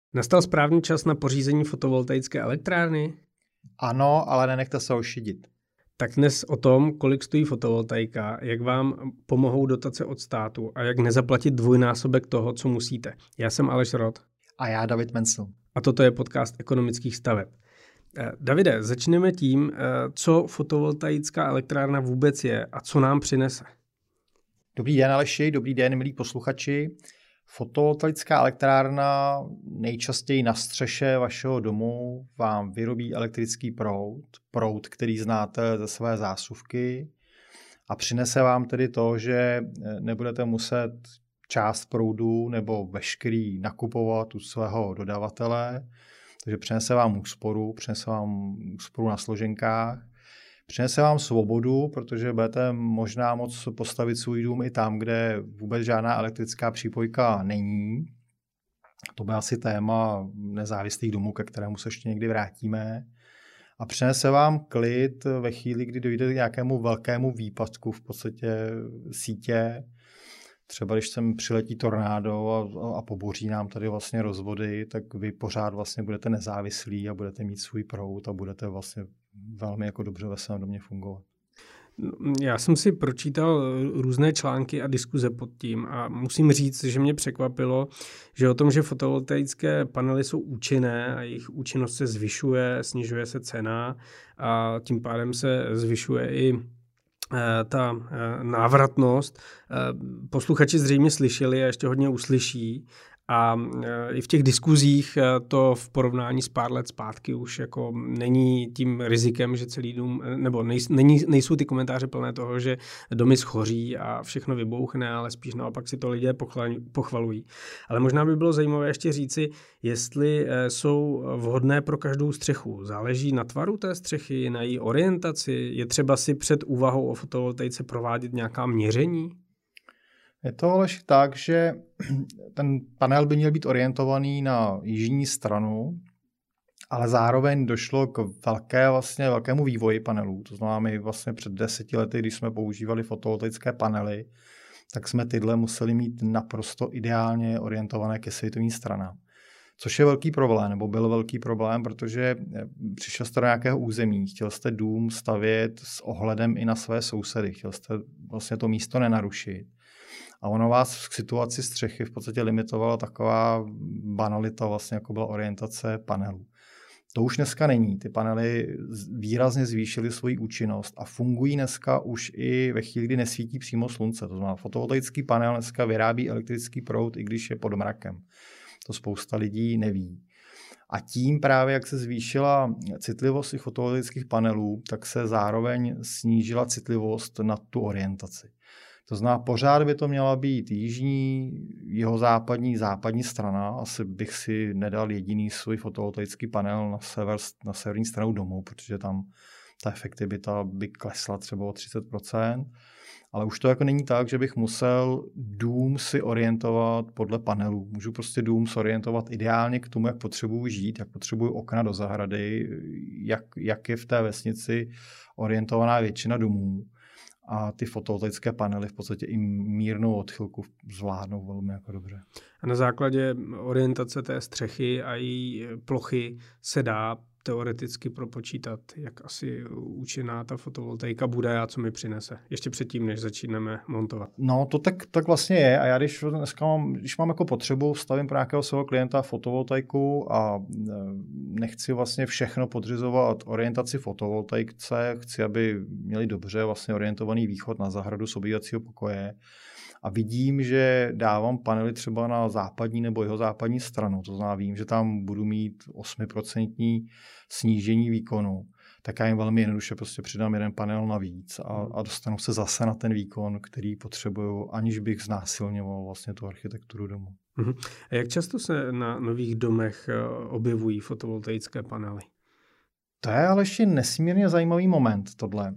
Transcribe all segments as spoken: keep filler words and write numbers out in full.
Nastal správný čas na pořízení fotovoltaické elektrárny? Ano, ale nenechte se ošidit. Tak dnes o tom, kolik stojí fotovoltaika, jak vám pomohou dotace od státu a jak nezaplatit dvojnásobek toho, co musíte. Já jsem Aleš Rod. A já David Mencel. A toto je podcast ekonomických staveb. Davide, začneme tím, co fotovoltaická elektrárna vůbec je a co nám přinese. Dobrý den, Aleši, dobrý den, milí posluchači. Fotovoltaická elektrárna nejčastěji na střeše vašeho domu vám vyrobí elektrický proud, proud, který znáte ze své zásuvky, a přinese vám tedy to, že nebudete muset část proudu nebo veškerý nakupovat u svého dodavatele, takže přinese vám úsporu, přinese vám úsporu na složenkách, přinese vám svobodu, protože budete možná moc postavit svůj dům i tam, kde vůbec žádná elektrická přípojka není. To bude asi téma nezávislých domů, ke kterému se ještě někdy vrátíme. A přinese vám klid ve chvíli, kdy dojde k nějakému velkému výpadku v podstatě sítě. Třeba když sem přiletí tornádo a, a poboří nám tady vlastně rozvody, tak vy pořád vlastně budete nezávislí a budete mít svůj proud a budete vlastně velmi jako dobře ve svém domě fungovat. Já jsem si pročítal různé články a diskuze pod tím a musím říct, že mě překvapilo, že o tom, že fotovoltaické panely jsou účinné a jejich účinnost se zvyšuje, snižuje se cena a tím pádem se zvyšuje i ta návratnost. Posluchači zřejmě slyšeli a ještě hodně uslyší. A i v těch diskuzích to v porovnání s pár let zpátky už jako není tím rizikem, že celý dům, nebo není, nejsou ty komentáře plné toho, že domy schoří a všechno vybouchne, ale spíš naopak si to lidé pochvalují. Ale možná by bylo zajímavé ještě říci, jestli jsou vhodné pro každou střechu. Záleží na tvaru té střechy, na její orientaci. Je třeba si před úvahou o fotovoltaice provádět nějaká měření? Je to ale tak, že ten panel by měl být orientovaný na jižní stranu, ale zároveň došlo k velké, vlastně, velkému vývoji panelů. To znamená, my vlastně před deseti lety, když jsme používali fotovoltaické panely, tak jsme tyhle museli mít naprosto ideálně orientované ke světovým stranám. Což je velký problém, nebo byl velký problém, protože přišel jste do nějakého území, chtěl jste dům stavět s ohledem i na své sousedy, chtěl jste vlastně to místo nenarušit. A ono vás v situaci střechy v podstatě limitovala taková banalita, vlastně jako byla orientace panelů. To už dneska není. Ty panely výrazně zvýšily svoji účinnost a fungují dneska už i ve chvíli, kdy nesvítí přímo slunce. To znamená, fotovoltaický panel dneska vyrábí elektrický proud, i když je pod mrakem. To spousta lidí neví. A tím právě, jak se zvýšila citlivost těch fotovoltaických panelů, tak se zároveň snížila citlivost na tu orientaci. To znamená, pořád by to měla být jižní, jihozápadní, západní strana. Asi bych si nedal jediný svůj fotovoltaický panel na, sever, na severní stranu domu, protože tam ta efektivita by klesla třeba o třicet procent. Ale už to jako není tak, že bych musel dům si orientovat podle panelů. Můžu prostě dům zorientovat ideálně k tomu, jak potřebuji žít, jak potřebuji okna do zahrady, jak, jak je v té vesnici orientovaná většina domů. A ty fotovoltaické panely v podstatě i mírnou odchylku zvládnou velmi jako dobře. A na základě orientace té střechy a její plochy se dá teoreticky propočítat, jak asi účinná ta fotovoltaika bude a co mi přinese. Ještě předtím, než začínáme montovat. No to tak, tak vlastně je. A já když dneska mám, když mám jako potřebu, stavím pro nějakého svého klienta fotovoltaiku a nechci vlastně všechno podřizovat orientaci fotovoltaikce, chci, aby měli dobře vlastně orientovaný východ na zahradu z obývacího pokoje. A vidím, že dávám panely třeba na západní nebo jihozápadní stranu. To znamená, vím, že tam budu mít osm procent snížení výkonu. Tak já jim velmi jednoduše prostě přidám jeden panel navíc a, a dostanu se zase na ten výkon, který potřebuju, aniž bych znásilňoval vlastně tu architekturu domu. Uh-huh. A jak často se na nových domech objevují fotovoltaické panely? To je ale ještě nesmírně zajímavý moment tohle.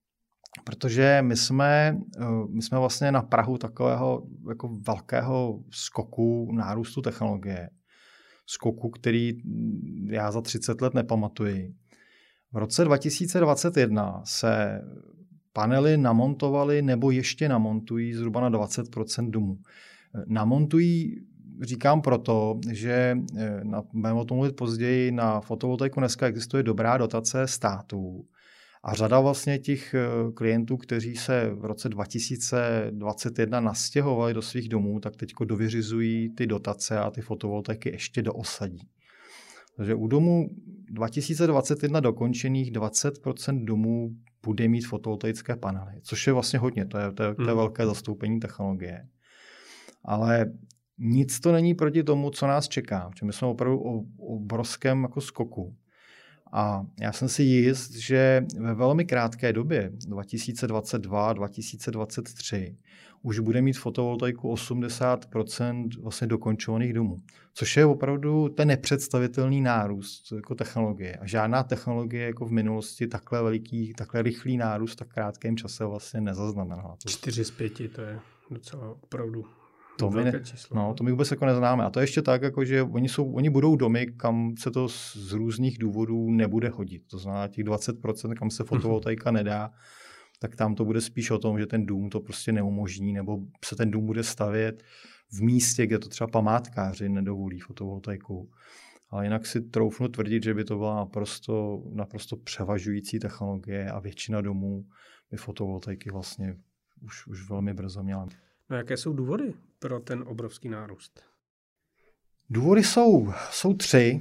Protože my jsme, my jsme vlastně na prahu takového jako velkého skoku nárůstu technologie. Skoku, který já za třicet let nepamatuji. V roce dva tisíce dvacet jedna se panely namontovaly nebo ještě namontují zhruba na dvacet procent domů. Namontují říkám proto, že na, budeme o tom mluvit později, na fotovoltaiku dneska existuje dobrá dotace států a řada vlastně těch klientů, kteří se v roce dva tisíce dvacet jedna nastěhovali do svých domů, tak teď dovyřizují ty dotace a ty fotovoltaiky ještě doosadí. Takže u domů dva tisíce dvacet jedna dokončených dvacet procent domů bude mít fotovoltaické panely, což je vlastně hodně, to je, to je, to je velké zastoupení technologie. Ale nic to není proti tomu, co nás čeká, protože my jsme opravdu o obrovském jako skoku. A já jsem si jist, že ve velmi krátké době, dva tisíce dvacet dva dva tisíce dvacet tři, už bude mít fotovoltaiku osmdesát procent vlastně dokončovaných domů. Což je opravdu ten nepředstavitelný nárůst jako technologie. A žádná technologie jako v minulosti takhle veliký, takhle rychlý nárůst v tak krátkém čase vlastně nezaznamenala. čtyři z pěti, to je docela opravdu to my, velké číslo. No, to my vůbec jako neznáme. A to je ještě tak, jako, že oni, jsou, oni budou domy, kam se to z různých důvodů nebude hodit. To znamená těch dvacet procent, kam se fotovoltaika nedá, tak tam to bude spíš o tom, že ten dům to prostě neumožní, nebo se ten dům bude stavět v místě, kde to třeba památkáři nedovolí fotovoltaiku. Ale jinak si troufnu tvrdit, že by to byla naprosto, naprosto převažující technologie a většina domů by fotovoltaiky vlastně už, už velmi brzo měla. No jaké jsou důvody pro ten obrovský nárůst? Důvody jsou, jsou tři.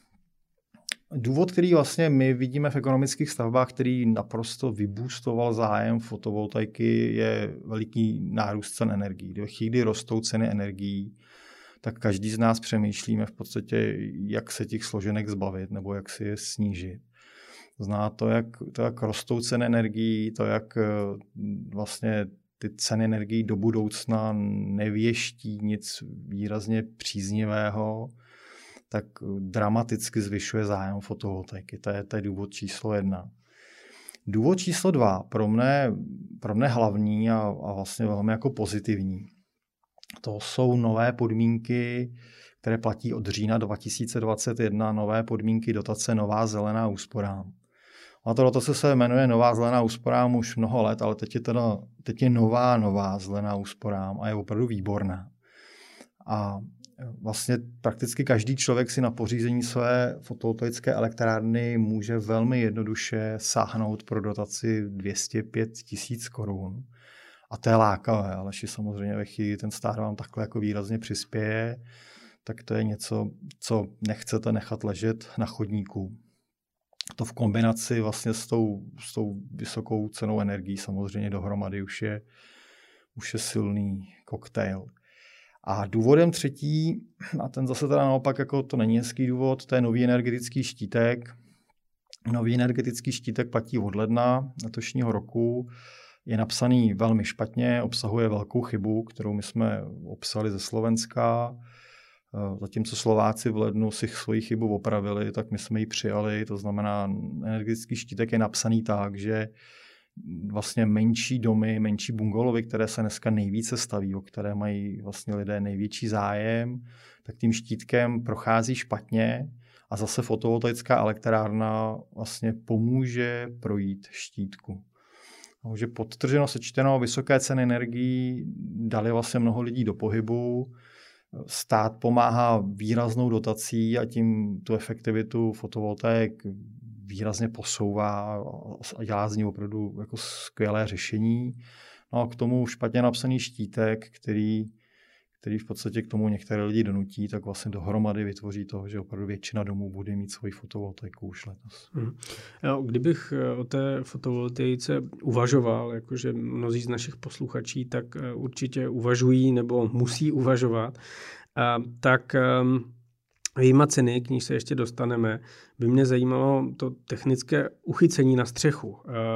Důvod, který vlastně my vidíme v ekonomických stavbách, který naprosto vyboostoval zájem fotovoltaiky, je veliký nárůst cen energií. Do chvíli, kdy rostou ceny energií, tak každý z nás přemýšlíme v podstatě, jak se těch složenek zbavit nebo jak si je snížit. Zná to, jak, to, jak rostou ceny energií, to, jak vlastně ty ceny energií do budoucna nevěští nic výrazně příznivého, tak dramaticky zvyšuje zájem fotovoltaiky. To je, to je důvod číslo jedna. Důvod číslo dva, pro mne, pro mne hlavní a, a vlastně velmi jako pozitivní, to jsou nové podmínky, které platí od října dva tisíce dvacet jedna, nové podmínky dotace Nová zelená úsporám. A ta dotace se jmenuje Nová zelená úsporám už mnoho let, ale teď je, teda, teď je nová, nová zelená úsporám a je opravdu výborná. A vlastně prakticky každý člověk si na pořízení své fotovoltaické elektrárny může velmi jednoduše sáhnout pro dotaci dvě stě pět tisíc korun. A to je lákavé, ale samozřejmě ve chvíli ten stát vám takhle jako výrazně přispěje, tak to je něco, co nechcete nechat ležet na chodníku. To v kombinaci vlastně s tou, s tou vysokou cenou energií samozřejmě dohromady už je, už je silný koktejl. A důvodem třetí, a ten zase teda naopak jako to není hezký důvod, to je nový energetický štítek. Nový energetický štítek platí od ledna letošního roku. Je napsaný velmi špatně, obsahuje velkou chybu, kterou my jsme obsali ze Slovenska. Zatímco Slováci v lednu si svoji chybu opravili, tak my jsme ji přijali. To znamená, energetický štítek je napsaný tak, že vlastně menší domy, menší bungalovy, které se dneska nejvíce staví, o které mají vlastně lidé největší zájem, tak tím štítkem prochází špatně a zase fotovoltaická elektrárna vlastně pomůže projít štítku. Takže podtrženo sečteno, vysoké ceny energií dali vlastně mnoho lidí do pohybu. Stát pomáhá výraznou dotací a tím tu efektivitu fotovoltaik výrazně posouvá a dělá z ní opravdu jako skvělé řešení. No a k tomu špatně napsaný štítek, který, který v podstatě k tomu některé lidi donutí, tak vlastně dohromady vytvoří to, že opravdu většina domů bude mít svoji fotovoltaiku už letos. Hmm. No, kdybych o té fotovoltaice uvažoval, jakože mnozí z našich posluchačí, tak určitě uvažují nebo musí uvažovat, tak vyjma ceny, k níž se ještě dostaneme, by mě zajímalo to technické uchycení na střechu.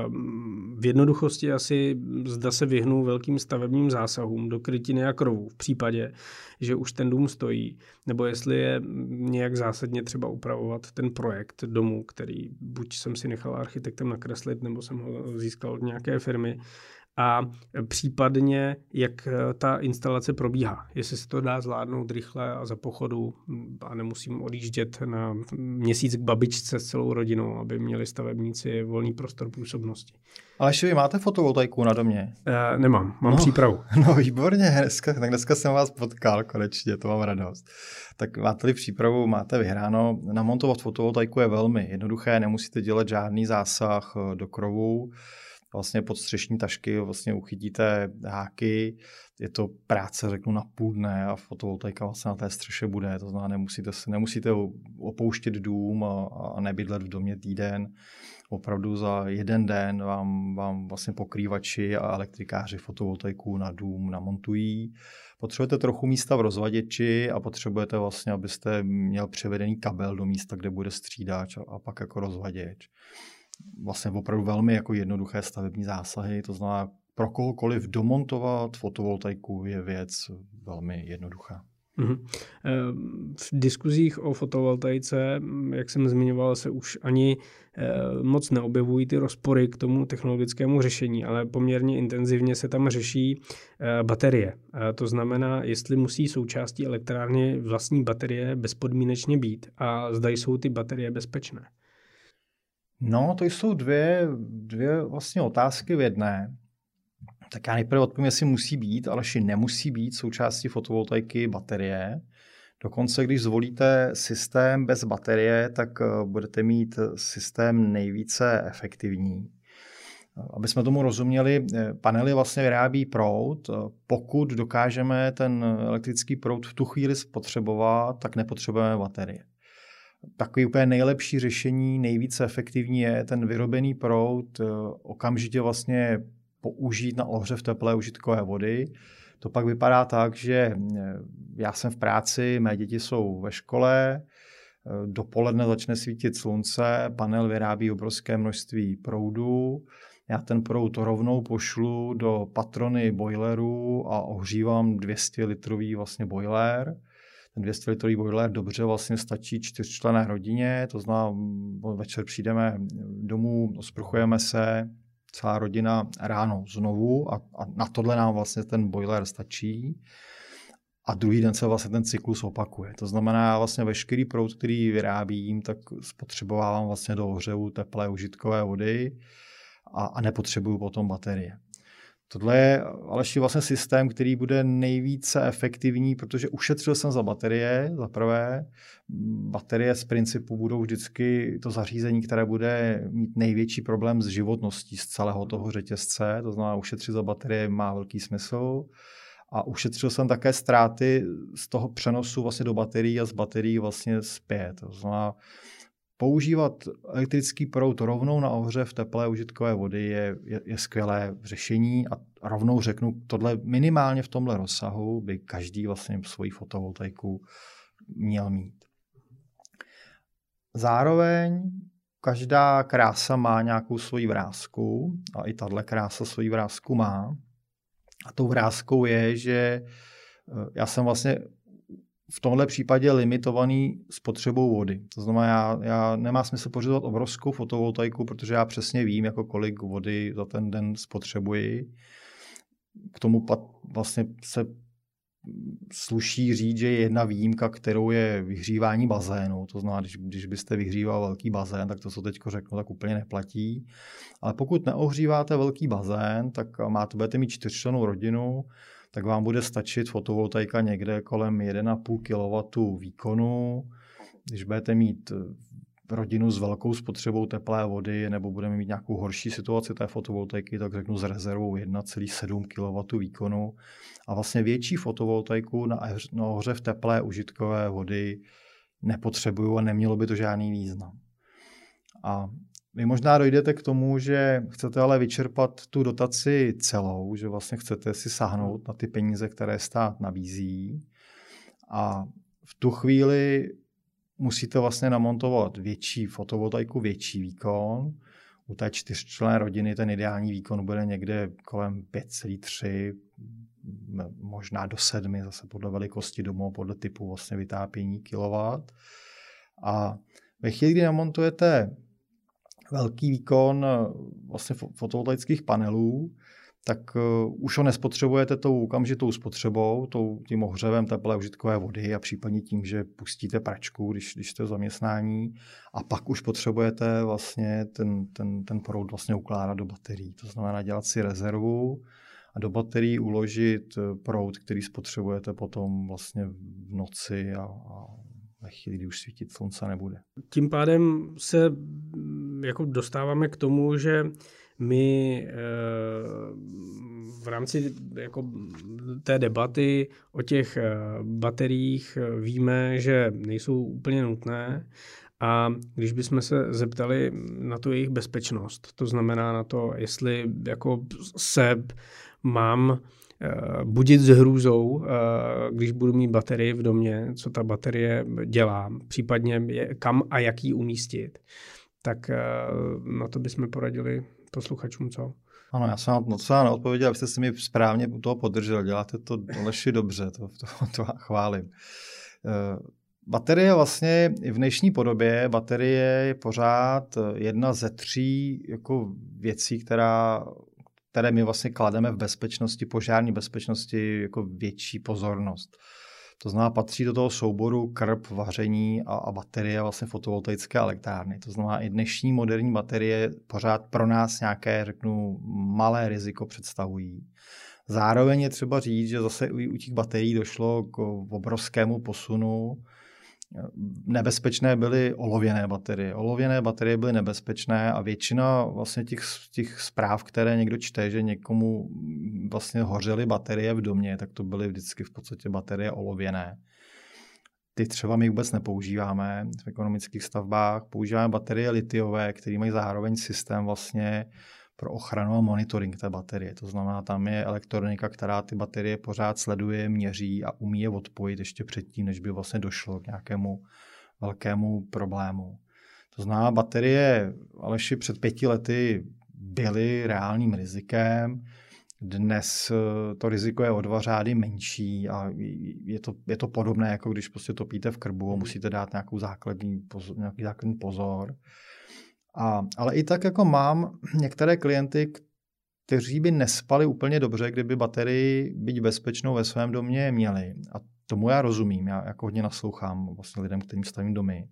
V jednoduchosti asi zda se vyhnou velkým stavebním zásahům do krytiny a krovů v případě, že už ten dům stojí, nebo jestli je nějak zásadně třeba upravovat ten projekt domu, který buď jsem si nechal architektem nakreslit, nebo jsem ho získal od nějaké firmy. a případně, jak ta instalace probíhá. Jestli se to dá zvládnout rychle a za pochodu a nemusím odjíždět na měsíc k babičce s celou rodinou, aby měli stavebníci volný prostor působnosti. Ale ještě vy máte fotovoltaiku na domě? E, nemám, mám no, přípravu. No výborně, dneska, tak dneska jsem vás potkal konečně, to mám radost. Tak máte-li přípravu, máte vyhráno. Namontovat fotovoltaiku je velmi jednoduché, nemusíte dělat žádný zásah do krovu. Vlastně pod střešní tašky vlastně uchytíte háky, je to práce, řeknu, na půl dne a fotovoltaika vlastně na té střeše bude, to znamená, nemusíte, nemusíte opouštět dům a, a nebydlet v domě týden. Opravdu za jeden den vám, vám vlastně pokrývači a elektrikáři fotovoltaiku na dům namontují. Potřebujete trochu místa v rozvaděči a potřebujete vlastně, abyste měl převedený kabel do místa, kde bude střídač a, a pak jako rozvaděč. Vlastně opravdu velmi jako jednoduché stavební zásahy, to znamená pro kohokoliv domontovat fotovoltaiku je věc velmi jednoduchá. V diskuzích o fotovoltaice, jak jsem zmiňoval, se už ani moc neobjevují ty rozpory k tomu technologickému řešení, ale poměrně intenzivně se tam řeší baterie. To znamená, jestli musí součástí elektrárny vlastní baterie bezpodmínečně být a zda jsou ty baterie bezpečné. No, to jsou dvě, dvě vlastně otázky v jedné. Tak já nejprve odpovím, jestli musí být, ale ještě nemusí být součástí fotovoltaiky baterie. Dokonce, když zvolíte systém bez baterie, tak budete mít systém nejvíce efektivní. Aby jsme tomu rozuměli, panely vlastně vyrábí proud. Pokud dokážeme ten elektrický proud v tu chvíli spotřebovat, tak nepotřebujeme baterie. Takový úplně nejlepší řešení, nejvíce efektivní je ten vyrobený proud okamžitě vlastně použít na ohřev teplé užitkové vody. To pak vypadá tak, že já jsem v práci, mé děti jsou ve škole, dopoledne začne svítit slunce, panel vyrábí obrovské množství proudu, já ten proud rovnou pošlu do patrony boileru a ohřívám dvě stě litrový vlastně boiler. Ten dvě stě litrový boiler dobře vlastně stačí čtyřčlenné rodině, to znamená, večer přijdeme domů, osprchujeme se, celá rodina ráno znovu a, a na tohle nám vlastně ten boiler stačí. A druhý den se vlastně ten cyklus opakuje. To znamená, vlastně veškerý proud, který vyrábím, tak spotřebovávám vlastně do ohřevu teplé užitkové vody a, a nepotřebuju potom baterie. Tohle je ale ještě vlastně systém, který bude nejvíce efektivní, protože ušetřil jsem za baterie, za prvé. Baterie z principu budou vždycky to zařízení, které bude mít největší problém s životností z celého toho řetězce, to znamená ušetřit za baterie má velký smysl. A ušetřil jsem také ztráty z toho přenosu vlastně do baterií a z baterií vlastně zpět. To znamená, používat elektrický proud rovnou na ohřev teplé užitkové vody je, je, je skvělé řešení a rovnou řeknu, tohle minimálně v tomhle rozsahu by každý vlastně svoji fotovoltaiku měl mít. Zároveň každá krása má nějakou svoji vrásku a i tahle krása svoji vrásku má. A tou vráskou je, že já jsem vlastně v tomhle případě limitovaný spotřebou vody. To znamená, já, já nemá smysl pořizovat obrovskou fotovoltaiku, protože já přesně vím, jako kolik vody za ten den spotřebuji. K tomu vlastně se sluší říct, že je jedna výjimka, kterou je vyhřívání bazénu. To znamená, když, když byste vyhříval velký bazén, tak to, co teď řeknu, tak úplně neplatí. Ale pokud neohříváte velký bazén, tak máte, budete mít čtyřčlennou rodinu, tak vám bude stačit fotovoltaika někde kolem jedna celá pět kilowattů výkonu. Když budete mít rodinu s velkou spotřebou teplé vody nebo budeme mít nějakou horší situaci té fotovoltaiky, tak řeknu s rezervou jedna celá sedm kilowattů výkonu. A vlastně větší fotovoltaiku na, na ohřev teplé užitkové vody nepotřebuju a nemělo by to žádný význam. A vy možná dojdete k tomu, že chcete ale vyčerpat tu dotaci celou, že vlastně chcete si sáhnout na ty peníze, které stát nabízí. A v tu chvíli musíte vlastně namontovat větší fotovoltaiku, větší výkon. U té čtyřčlenné rodiny ten ideální výkon bude někde kolem pět celá tři, možná do sedmi, zase podle velikosti domu, podle typu vlastně vytápění kilowatt. A ve chvíli, kdy namontujete velký výkon vlastně fotovoltaických panelů, tak uh, už ho nespotřebujete tou okamžitou spotřebou, tou, tím ohřevem teplé užitkové vody a případně tím, že pustíte pračku, když, když jste v zaměstnání, a pak už potřebujete vlastně ten, ten, ten proud vlastně ukládat do baterií. To znamená dělat si rezervu a do baterií uložit proud, který spotřebujete potom vlastně v noci a, a ve chvíli, kdy už svítit slunce nebude. Tím pádem se jako dostáváme k tomu, že my v rámci jako té debaty o těch bateriích víme, že nejsou úplně nutné, a když bychom se zeptali na tu jejich bezpečnost, to znamená na to, jestli jako se mám budit s hrůzou, když budu mít baterii v domě, co ta baterie dělá, případně kam a jak ji umístit, tak na to bychom poradili posluchačům, co? Ano, já jsem docela neodpověděl, abyste si mi správně u toho podržel. Děláte to Aleši dobře, to, to, to chválím. Baterie vlastně i v dnešní podobě, baterie je pořád jedna ze tří jako věcí, která, které my vlastně klademe v bezpečnosti, požární bezpečnosti jako větší pozornost. To znamená, patří do toho souboru krb, vaření a, a baterie vlastně fotovoltaické elektrárny. To znamená, i dnešní moderní baterie pořád pro nás nějaké, řeknu, malé riziko představují. Zároveň je třeba říct, že zase u těch baterií došlo k obrovskému posunu. Nebezpečné byly olověné baterie. Olověné baterie byly nebezpečné a většina vlastně těch, těch zpráv, které někdo čte, že někomu vlastně hořely baterie v domě, tak to byly vždycky v podstatě baterie olověné. Ty třeba my vůbec nepoužíváme v ekonomických stavbách. Používáme baterie litiové, které mají zároveň systém vlastně pro ochranu a monitoring té baterie. To znamená, tam je elektronika, která ty baterie pořád sleduje, měří a umí je odpojit ještě předtím, než by vlastně došlo k nějakému velkému problému. To znamená, baterie, Aleši, před pěti lety byly reálným rizikem. Dnes to riziko je o dva řády menší a je to, je to podobné, jako když prostě topíte v krbu a musíte dát nějakou základní pozor, nějaký základní pozor. A, ale i tak jako mám některé klienty, kteří by nespali úplně dobře, kdyby baterii byť bezpečnou ve svém domě měli. A tomu já rozumím, já jako hodně naslouchám vlastně lidem, kterým stavím domy.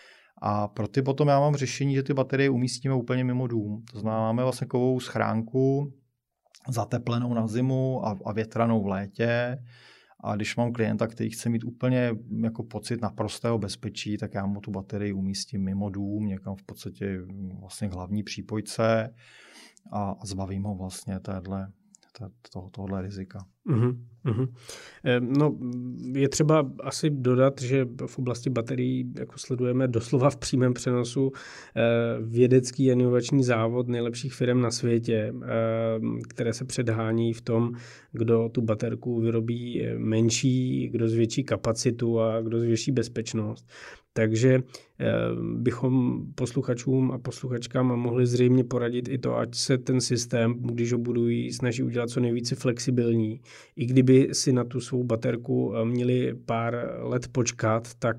A pro ty potom já mám řešení, že ty baterie umístíme úplně mimo dům. To znamená, máme vlastně kovou schránku zateplenou na zimu a, a větranou v létě. A když mám klienta, který chce mít úplně jako pocit naprostého bezpečí, tak já mu tu baterii umístím mimo dům, někam v podstatě vlastně k hlavní přípojce a, a zbavím ho vlastně téhle, toho, tohohle rizika. Uhum, uhum. No, je třeba asi dodat, že v oblasti baterií jako sledujeme doslova v přímém přenosu vědecký a inovační závod nejlepších firm na světě, které se předhání v tom, kdo tu baterku vyrobí menší, kdo zvětší kapacitu a kdo zvětší bezpečnost. Takže bychom posluchačům a posluchačkám mohli zřejmě poradit i to, ať se ten systém, když ho budují, snaží udělat co nejvíce flexibilní. I kdyby si na tu svou baterku měli pár let počkat, tak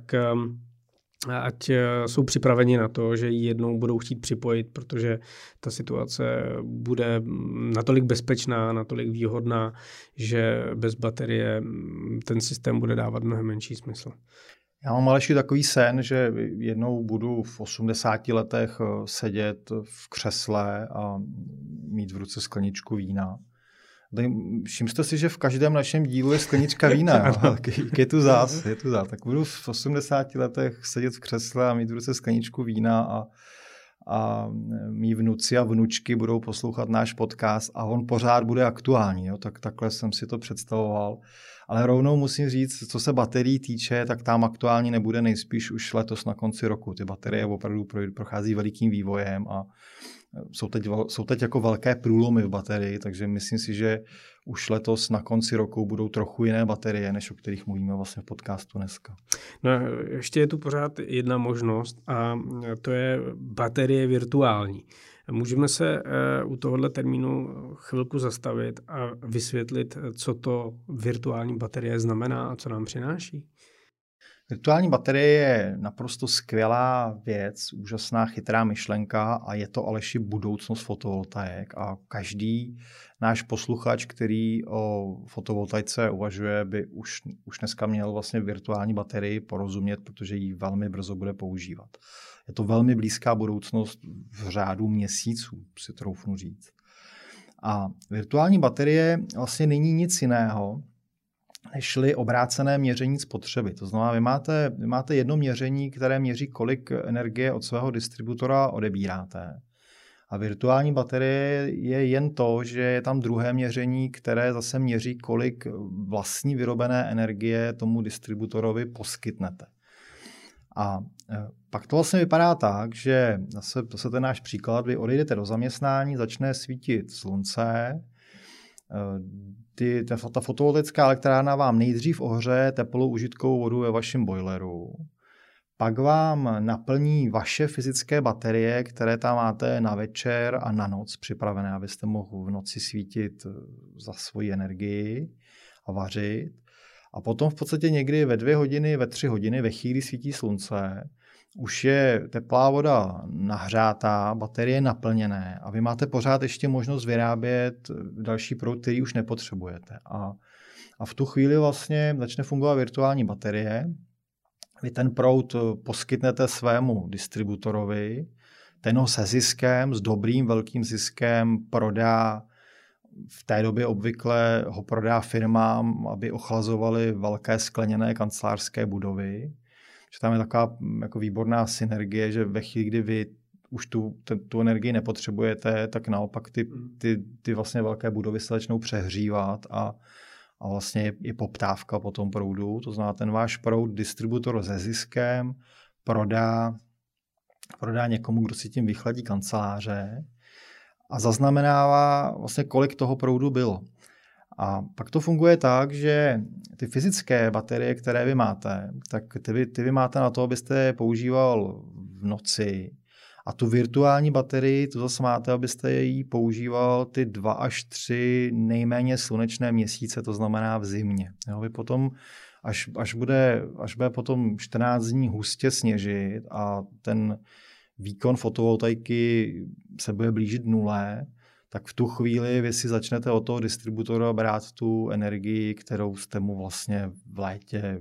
ať jsou připraveni na to, že ji jednou budou chtít připojit, protože ta situace bude natolik bezpečná, natolik výhodná, že bez baterie ten systém bude dávat mnohem menší smysl. Já mám ale ještě takový sen, že jednou budu v osmdesáti letech sedět v křesle a mít v ruce skleničku vína. Všimte si, že v každém našem dílu je sklenička vína. Je tu zás, je tu zás. Tak budu v osmdesáti letech sedět v křesle a mít v ruce skleničku vína a, a mý vnuci a vnučky budou poslouchat náš podcast a on pořád bude aktuální. Jo? Tak takhle jsem si to představoval. Ale rovnou musím říct, co se baterií týče, tak tam aktuálně nebude nejspíš už letos na konci roku. Ty baterie opravdu prochází velikým vývojem a jsou teď, jsou teď jako velké průlomy v baterii, takže myslím si, že už letos na konci roku budou trochu jiné baterie, než o kterých mluvíme vlastně v podcastu dneska. No, ještě je tu pořád jedna možnost a to je baterie virtuální. Můžeme se u tohohle termínu chvilku zastavit a vysvětlit, co to virtuální baterie znamená a co nám přináší? Virtuální baterie je naprosto skvělá věc, úžasná chytrá myšlenka a je to Aleši budoucnost fotovoltaik a každý náš posluchač, který o fotovoltaice uvažuje, by už, už dneska měl vlastně virtuální baterii porozumět, protože ji velmi brzo bude používat. Je to velmi blízká budoucnost v řádu měsíců, si troufnu říct. A virtuální baterie vlastně není nic jiného, nežli obrácené měření spotřeby. To znamená, vy máte, vy máte jedno měření, které měří, kolik energie od svého distributora odebíráte. A virtuální baterie je jen to, že je tam druhé měření, které zase měří, kolik vlastní vyrobené energie tomu distributorovi poskytnete. A pak to vlastně vypadá tak, že zase, zase ten náš příklad, vy odejdete do zaměstnání, začne svítit slunce, Ty, ta, ta fotovoltaická elektrárna vám nejdřív ohřeje teplou užitkovou vodu ve vašem boileru, pak vám naplní vaše fyzické baterie, které tam máte na večer a na noc připravené, abyste mohli v noci svítit za svoji energii a vařit. A potom v podstatě někdy ve dvě hodiny, ve tři hodiny, ve chvíli svítí slunce, už je teplá voda nahřátá, baterie naplněné a vy máte pořád ještě možnost vyrábět další proud, který už nepotřebujete. A, a v tu chvíli vlastně začne fungovat virtuální baterie. Vy ten proud poskytnete svému distributorovi, ten ho se ziskem, s dobrým velkým ziskem prodá, v té době obvykle ho prodá firmám, aby ochlazovaly velké skleněné kancelářské budovy. Že tam je taková jako výborná synergie, že ve chvíli, kdy vy už tu, ten, tu energii nepotřebujete, tak naopak ty, ty, ty vlastně velké budovy se začnou přehřívat a, a vlastně je, je poptávka po tom proudu. To znamená, ten váš proud distributor se ziskem prodá, prodá někomu, kdo si tím vychladí kanceláře a zaznamenává vlastně, kolik toho proudu bylo. A pak to funguje tak, že ty fyzické baterie, které vy máte, tak ty vy, ty vy máte na to, abyste je používal v noci. A tu virtuální baterii, tu zase máte, abyste ji používal ty dva až tři nejméně slunečné měsíce, to znamená v zimě. Jo, vy potom, až, až, bude, až bude potom čtrnáct dní hustě sněžit a ten výkon fotovoltaiky se bude blížit nule, tak v tu chvíli vy si začnete od toho distributora brát tu energii, kterou jste mu vlastně v létě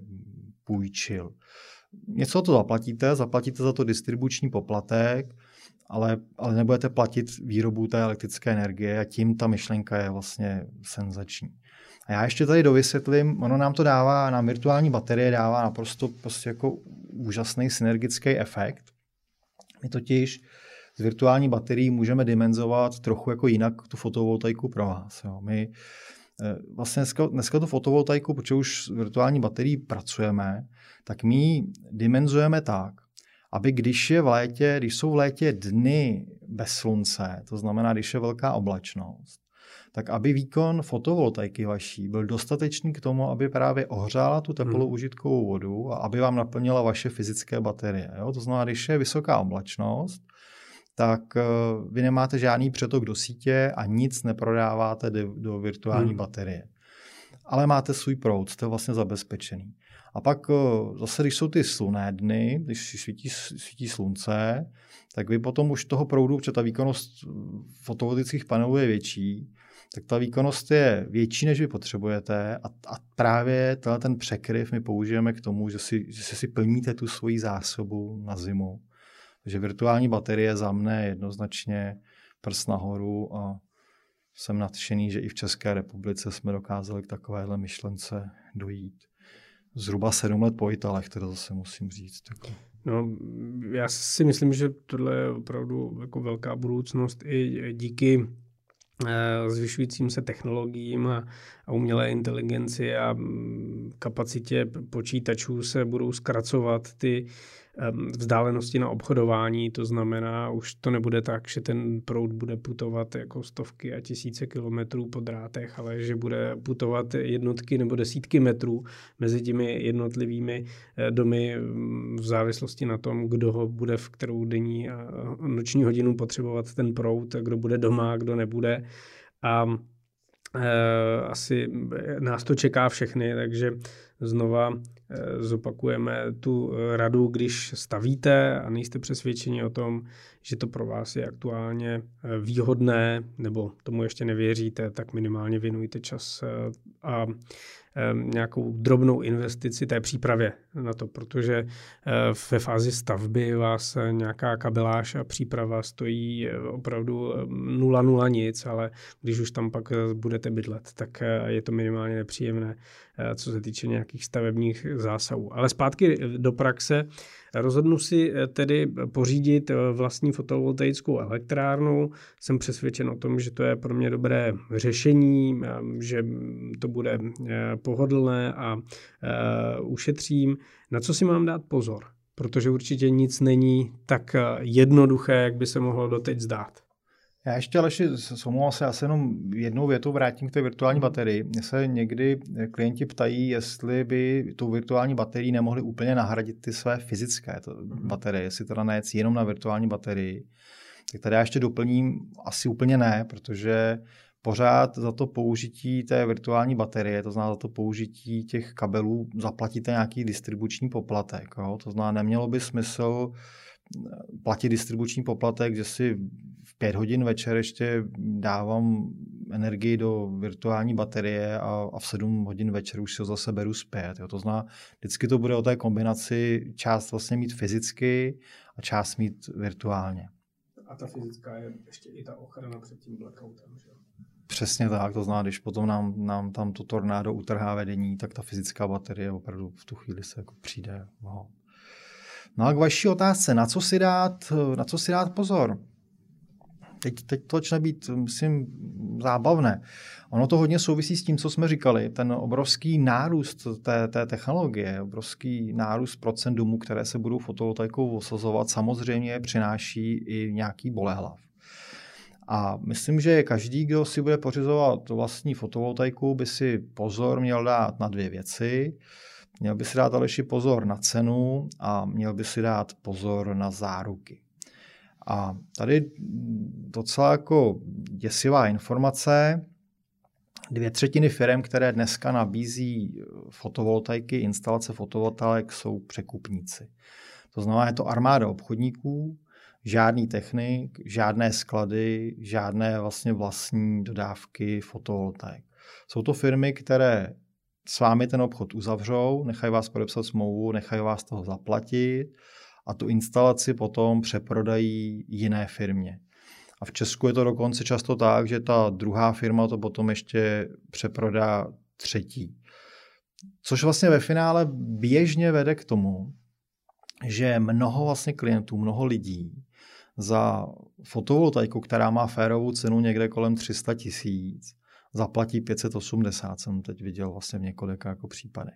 půjčil. Něco to zaplatíte, zaplatíte za to distribuční poplatek, ale, ale nebudete platit výrobu té elektrické energie a tím ta myšlenka je vlastně senzační. A já ještě tady dovysvětlím, ono nám to dává, nám virtuální baterie dává naprosto prostě jako úžasný synergický efekt. My totiž z virtuální baterií můžeme dimenzovat trochu jako jinak tu fotovoltaiku pro vás. Jo. My vlastně dneska, dneska tu fotovoltaiku, protože už s virtuální baterií pracujeme, tak my ji dimenzujeme tak, aby když je v létě, když jsou v létě dny bez slunce, to znamená, když je velká oblačnost, tak aby výkon fotovoltaiky vaší byl dostatečný k tomu, aby právě ohřála tu teplou hmm. užitkovou vodu a aby vám naplnila vaše fyzické baterie. Jo. To znamená, když je vysoká oblačnost, tak vy nemáte žádný přetok do sítě a nic neprodáváte do, do virtuální hmm. baterie. Ale máte svůj proud, jste vlastně zabezpečený. A pak zase, když jsou ty slunné dny, když svítí, svítí slunce, tak vy potom už toho proudu, protože ta výkonnost fotovoltaických panelů je větší, tak ta výkonnost je větší, než vy potřebujete a, a právě ten překryv my použijeme k tomu, že si, že si plníte tu svoji zásobu na zimu. Takže virtuální baterie za mne jednoznačně prst nahoru a jsem nadšený, že i v České republice jsme dokázali k takovéhle myšlence dojít. Zhruba sedm let po Italech, teda zase musím říct. Jako. No, já si myslím, že tohle je opravdu jako velká budoucnost i díky zvyšujícím se technologiím a, a umělé inteligenci a kapacitě počítačů se budou zkracovat ty vzdálenosti na obchodování, to znamená, už to nebude tak, že ten proud bude putovat jako stovky a tisíce kilometrů po drátech, ale že bude putovat jednotky nebo desítky metrů mezi těmi jednotlivými domy v závislosti na tom, kdo ho bude v kterou denní a noční hodinu potřebovat ten proud, kdo bude doma, kdo nebude. A asi nás to čeká všechny, takže znova zopakujeme tu radu, když stavíte a nejste přesvědčeni o tom, že to pro vás je aktuálně výhodné, nebo tomu ještě nevěříte, tak minimálně věnujte čas a nějakou drobnou investici té přípravě na to, protože ve fázi stavby vás nějaká kabeláž a příprava stojí opravdu nula nula nic, ale když už tam pak budete bydlet, tak je to minimálně nepříjemné, co se týče nějakých stavebních zásahů. Ale zpátky do praxe. Rozhodnu si tedy pořídit vlastní fotovoltaickou elektrárnu. Jsem přesvědčen o tom, že to je pro mě dobré řešení, že to bude pohodlné a ušetřím. Na co si mám dát pozor? Protože určitě nic není tak jednoduché, jak by se mohlo doteď zdát. Já ještě, Aleši, omlouvám se, já se jenom jednou větou vrátím k té virtuální baterii. Mně se někdy klienti ptají, jestli by tu virtuální baterii nemohli úplně nahradit ty své fyzické baterie, jestli teda nejet jenom na virtuální baterii. Tak tady já ještě doplním, asi úplně ne, protože pořád za to použití té virtuální baterie, to znamená za to použití těch kabelů, zaplatíte nějaký distribuční poplatek. Jo? To znamená, nemělo by smysl platit distribuční poplatek, že si v pět hodin večer ještě dávám energii do virtuální baterie a, a v sedm hodin večer už si ho zase beru zpět. Jo. To znamená, vždycky to bude o té kombinaci část vlastně mít fyzicky a část mít virtuálně. A ta fyzická je ještě i ta ochrana před tím blackoutem, že jo? Přesně tak, to znamená, když potom nám, nám tam to tornádo utrhá vedení, tak ta fyzická baterie opravdu v tu chvíli se jako přijde. Wow. No a k vaší otázce, na co si dát, na co si dát pozor? Teď, teď to začne být, myslím, zábavné. Ono to hodně souvisí s tím, co jsme říkali. Ten obrovský nárůst té, té technologie, obrovský nárůst procent domů, které se budou fotovoltaikou osazovat, samozřejmě přináší i nějaký bolehlav. A myslím, že každý, kdo si bude pořizovat vlastní fotovoltaiku, by si pozor měl dát na dvě věci. Měl by si dát Aleši pozor na cenu a měl by si dát pozor na záruky. A tady docela jako děsivá informace. Dvě třetiny firem, které dneska nabízí fotovoltaiky, instalace fotovoltaik, jsou překupníci. To znamená, je to armáda obchodníků, žádný technik, žádné sklady, žádné vlastně vlastní dodávky fotovoltaik. Jsou to firmy, které s vámi ten obchod uzavřou, nechají vás podepsat smlouvu, nechají vás toho zaplatit a tu instalaci potom přeprodají jiné firmě. A v Česku je to dokonce často tak, že ta druhá firma to potom ještě přeprodá třetí. Což vlastně ve finále běžně vede k tomu, že mnoho vlastně klientů, mnoho lidí za fotovoltaiku, která má férovou cenu někde kolem tři sta tisíc, zaplatí pět set osmdesát, jsem teď viděl vlastně v několika jako případech.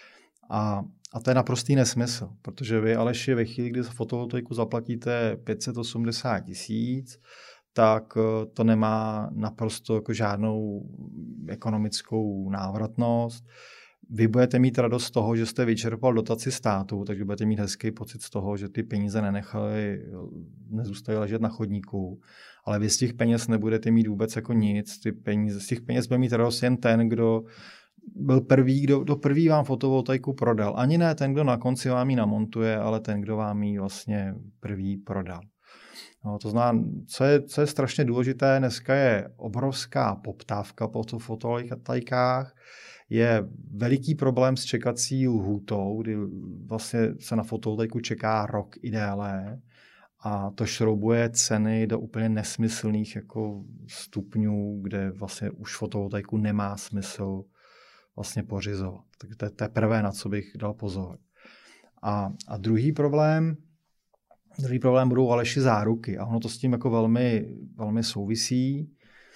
A, a to je naprostý nesmysl, protože vy, Aleši, ve chvíli, kdy za fotovoltaiku zaplatíte pět set osmdesát tisíc, tak to nemá naprosto jako žádnou ekonomickou návratnost. Vy budete mít radost z toho, že jste vyčerpal dotaci státu, takže budete mít hezký pocit z toho, že ty peníze nenechali, nezůstaly ležet na chodníku, ale vy z těch peněz nebudete mít vůbec jako nic. Ty peníze, z těch peněz bude mít radost jen ten, kdo byl prvý, kdo, kdo prvý vám fotovoltaiku prodal. Ani ne ten, kdo na konci vám ji namontuje, ale ten, kdo vám ji vlastně prvý prodal. No, to znamená, co je, co je strašně důležité, dneska je obrovská poptávka po fotovoltaikách, je veliký problém s čekací lhůtou, kdy vlastně se na fotovoltaiku čeká rok i déle a to šroubuje ceny do úplně nesmyslných jako stupňů, kde vlastně už fotovoltaiku nemá smysl vlastně pořizovat. Takže to je teprve, na co bych dal pozor. A, a druhý problém, druhý problém budou Aleši záruky a ono to s tím jako velmi, velmi souvisí.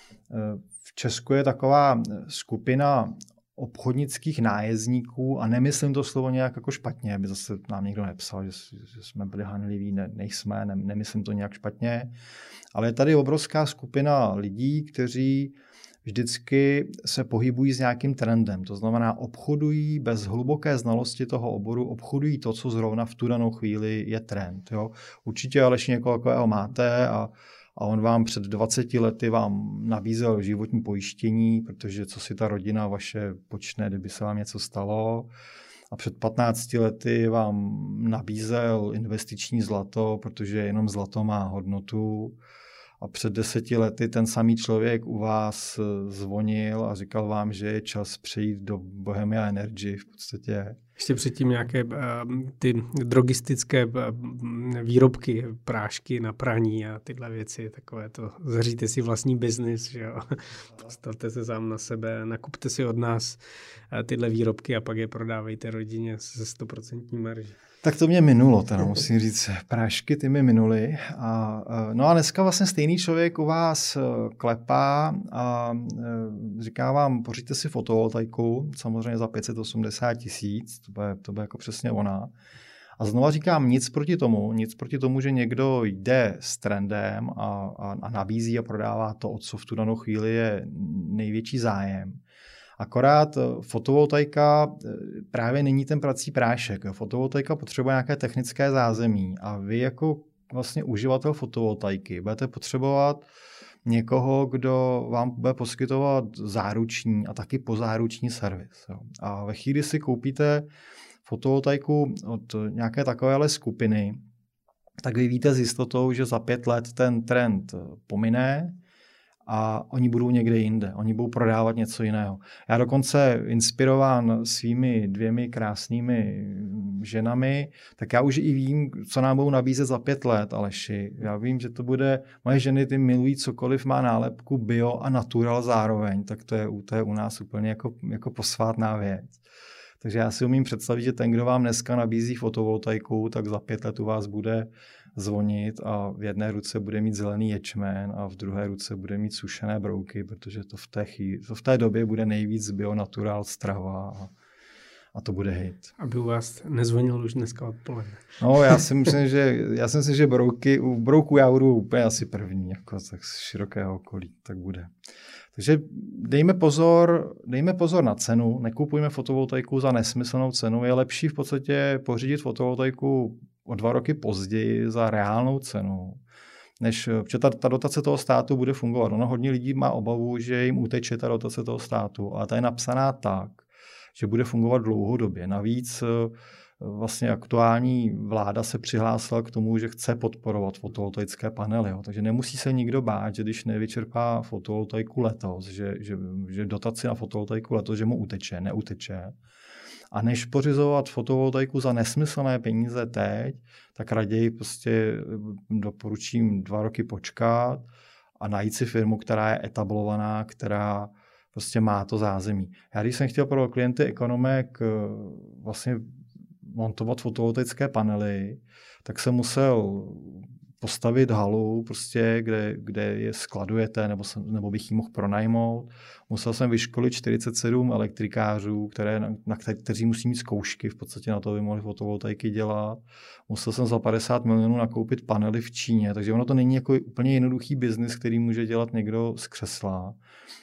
V Česku je taková skupina obchodnických nájezdníků a nemyslím to slovo nějak jako špatně, aby zase nám někdo nepsal, že, že jsme byli hanliví, ne, nejsme, ne, nemyslím to nějak špatně, ale je tady obrovská skupina lidí, kteří vždycky se pohybují s nějakým trendem, to znamená obchodují bez hluboké znalosti toho oboru, obchodují to, co zrovna v tu danou chvíli je trend. Jo? Určitě Aleš někoho takového máte a a on vám před dvaceti lety vám nabízel životní pojištění, protože co si ta rodina vaše počne, kdyby se vám něco stalo. A před patnácti lety vám nabízel investiční zlato, protože jenom zlato má hodnotu. A před deseti lety ten samý člověk u vás zvonil a říkal vám, že je čas přejít do Bohemia Energy v podstatě. Ještě předtím nějaké uh, ty drogistické uh, výrobky, prášky na praní a tyhle věci, takové to, zaříte si vlastní biznis, že jo, postavte se sám na sebe, nakupte si od nás uh, tyhle výrobky a pak je prodávejte rodině se stoprocentní marží. Tak to mě minulo, teda musím říct, prášky ty mi minuly. A, no a dneska vlastně stejný člověk u vás klepá a říká vám, pořiďte si fotovoltaiku, samozřejmě za pět set osmdesát tisíc, to bude, to bude jako přesně ona. A znova říkám, nic proti tomu, nic proti tomu, že někdo jde s trendem a, a, a nabízí a prodává to, o co v tu danou chvíli je největší zájem. Akorát fotovoltaika právě není ten prací prášek. Fotovoltaika potřebuje nějaké technické zázemí a vy jako vlastně uživatel fotovoltaiky budete potřebovat někoho, kdo vám bude poskytovat záruční a taky pozáruční servis. A ve chvíli si koupíte fotovoltaiku od nějaké takovéhle skupiny, tak vy víte s jistotou, že za pět let ten trend pomine a oni budou někde jinde. Oni budou prodávat něco jiného. Já dokonce inspirován svými dvěmi krásnými ženami, tak já už i vím, co nám budou nabízet za pět let, Aleši. Já vím, že to bude, moje ženy ty milují cokoliv má nálepku bio a natural zároveň, tak to je, to je u nás úplně jako, jako posvátná věc. Takže já si umím představit, že ten, kdo vám dneska nabízí fotovoltaiku, tak za pět let u vás bude zvonit a v jedné ruce bude mít zelený ječmen a v druhé ruce bude mít sušené brouky, protože to v té, chý, to v té době bude nejvíc bio-natural strava a, a to bude hit. Aby u vás nezvonil už dneska odpoledne. No, já si myslím, že, já si myslím, že brouky, u brouků já budu úplně asi první, jako tak z širokého okolí, tak bude. Takže dejme pozor, dejme pozor na cenu, nekupujme fotovoltaiku za nesmyslnou cenu, je lepší v podstatě pořídit fotovoltaiku o dva roky později za reálnou cenu, než že ta, ta dotace toho státu bude fungovat. Ono hodně lidí má obavu, že jim uteče ta dotace toho státu, ale ta je napsaná tak, že bude fungovat dlouhodobě. Navíc vlastně aktuální vláda se přihlásila k tomu, že chce podporovat fotovoltaické panely. Jo. Takže nemusí se nikdo bát, že když nevyčerpá fotovoltaiku letos, že, že, že dotaci na fotovoltaiku letos, že mu uteče, neuteče. A než pořizovat fotovoltaiku za nesmyslné peníze teď, tak raději prostě doporučím dva roky počkat a najít si firmu, která je etablovaná, která prostě má to zázemí. Já když jsem chtěl pro klienty ekonomek vlastně montovat fotovoltaické panely, tak jsem musel postavit halu, prostě, kde, kde je skladujete, nebo, jsem, nebo bych ji mohl pronajmout. Musel jsem vyškolit čtyřicet sedm elektrikářů, které, na, na kte, kteří musí mít zkoušky v podstatě na to, aby mohli fotovoltaiky dělat. Musel jsem za padesát milionů nakoupit panely v Číně, takže ono to není jako úplně jednoduchý biznis, který může dělat někdo z křesla.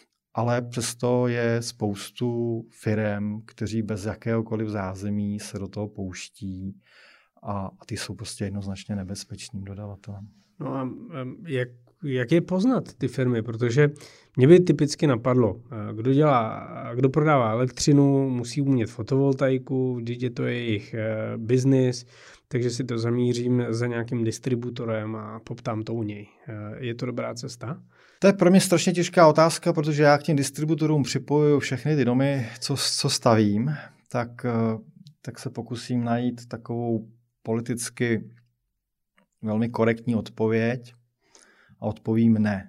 Ale přesto je spoustu firem, kteří bez jakéhokoliv zázemí se do toho pouští a, a ty jsou prostě jednoznačně nebezpečným dodavatelem. No a jak, jak je poznat ty firmy? Protože mě by typicky napadlo, kdo dělá, kdo prodává elektřinu, musí umět fotovoltaiku, vždyť je to jejich biznis, takže si to zamířím za nějakým distributorem a poptám to u něj. Je to dobrá cesta? To je pro mě strašně těžká otázka, protože já k těm distributorům připojuju všechny ty domy, co, co stavím, tak, tak se pokusím najít takovou politicky velmi korektní odpověď a odpovím ne.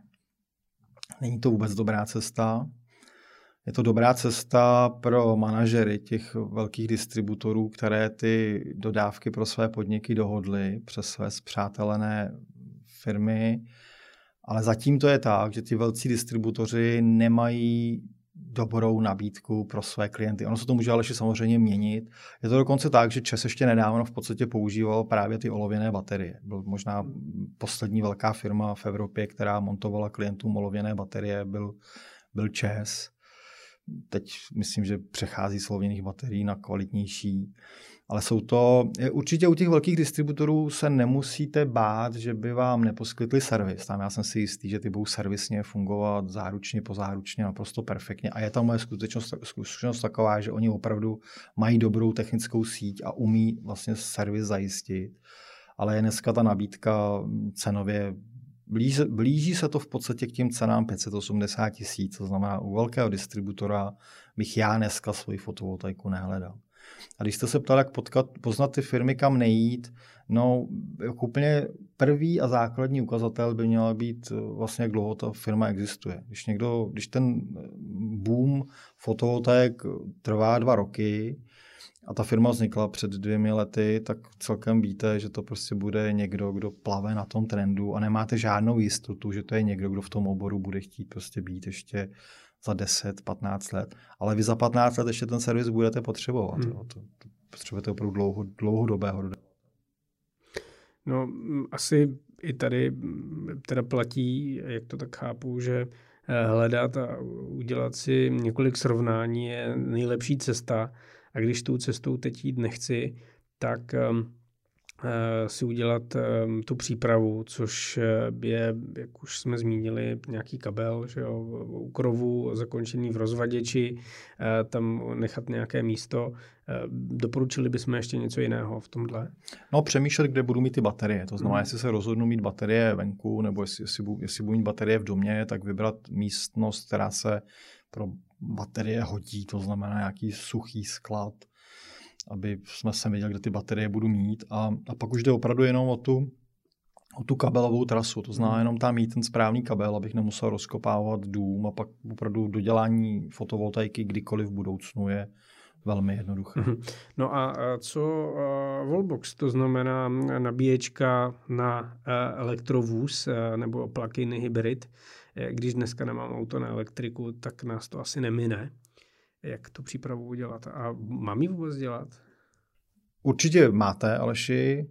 Není to vůbec dobrá cesta. Je to dobrá cesta pro manažery těch velkých distributorů, které ty dodávky pro své podniky dohodly přes své spřátelené firmy. Ale zatím to je tak, že ty velcí distributoři nemají dobrou nabídku pro své klienty. Ono se to může ale samozřejmě měnit. Je to dokonce tak, že ČEZ ještě nedávno v podstatě používal právě ty olověné baterie. Byl možná poslední velká firma v Evropě, která montovala klientům olověné baterie, byl, byl ČEZ. teď myslím, že přechází z slověných baterií na kvalitnější. Ale jsou to, určitě u těch velkých distributorů se nemusíte bát, že by vám neposkytli servis. Tam já jsem si jistý, že ty budou servisně fungovat záručně, pozáručně, naprosto perfektně. A je tam moje zkušenost taková, že oni opravdu mají dobrou technickou síť a umí vlastně servis zajistit. Ale je dneska ta nabídka cenově, blíží, blíží se to v podstatě k těm cenám pět set osmdesát tisíc, to znamená u velkého distributora bych já dneska svoji fotovoltaiku nehledal. A když jste se ptal, jak potkat, poznat ty firmy, kam nejít, no jako úplně první a základní ukazatel by měla být vlastně, jak dlouho ta firma existuje. Když někdo, když ten boom fotovoltaik trvá dva roky a ta firma vznikla před dvěmi lety, tak celkem víte, že to prostě bude někdo, kdo plave na tom trendu a nemáte žádnou jistotu, že to je někdo, kdo v tom oboru bude chtít prostě být ještě za deset patnáct let. Ale vy za patnáct let ještě ten servis budete potřebovat. Hmm. To, to potřebujete opravdu dlouho, dlouhodobého. No, asi i tady teda platí, jak to tak chápu, že hledat a udělat si několik srovnání je nejlepší cesta. A když tou cestou teď jít nechci, tak um, si udělat um, tu přípravu, což je, jak už jsme zmínili, nějaký kabel, že jo, u krovu zakončený v rozvaděči, tam nechat nějaké místo. Doporučili bychom ještě něco jiného v tomhle? No, přemýšlet, kde budu mít ty baterie. To znamená, hmm. jestli se rozhodnu mít baterie venku, nebo jestli, jestli, budu, jestli budu mít baterie v domě, tak vybrat místnost, která se pro baterie hodí, to znamená nějaký suchý sklad, aby jsme se věděli, kde ty baterie budu mít. A, a pak už jde opravdu jenom o tu, o tu kabelovou trasu. To znamená jenom tam mít ten správný kabel, abych nemusel rozkopávat dům a pak opravdu dodělání fotovoltaiky kdykoliv v budoucnu je velmi jednoduché. No a co Wallbox, to znamená nabíječka na elektrovůz nebo plug-in hybrid. Když dneska nemám auto na elektriku, tak nás to asi nemine. Jak tu přípravu udělat? A mám ji vůbec dělat? Určitě máte, Aleši.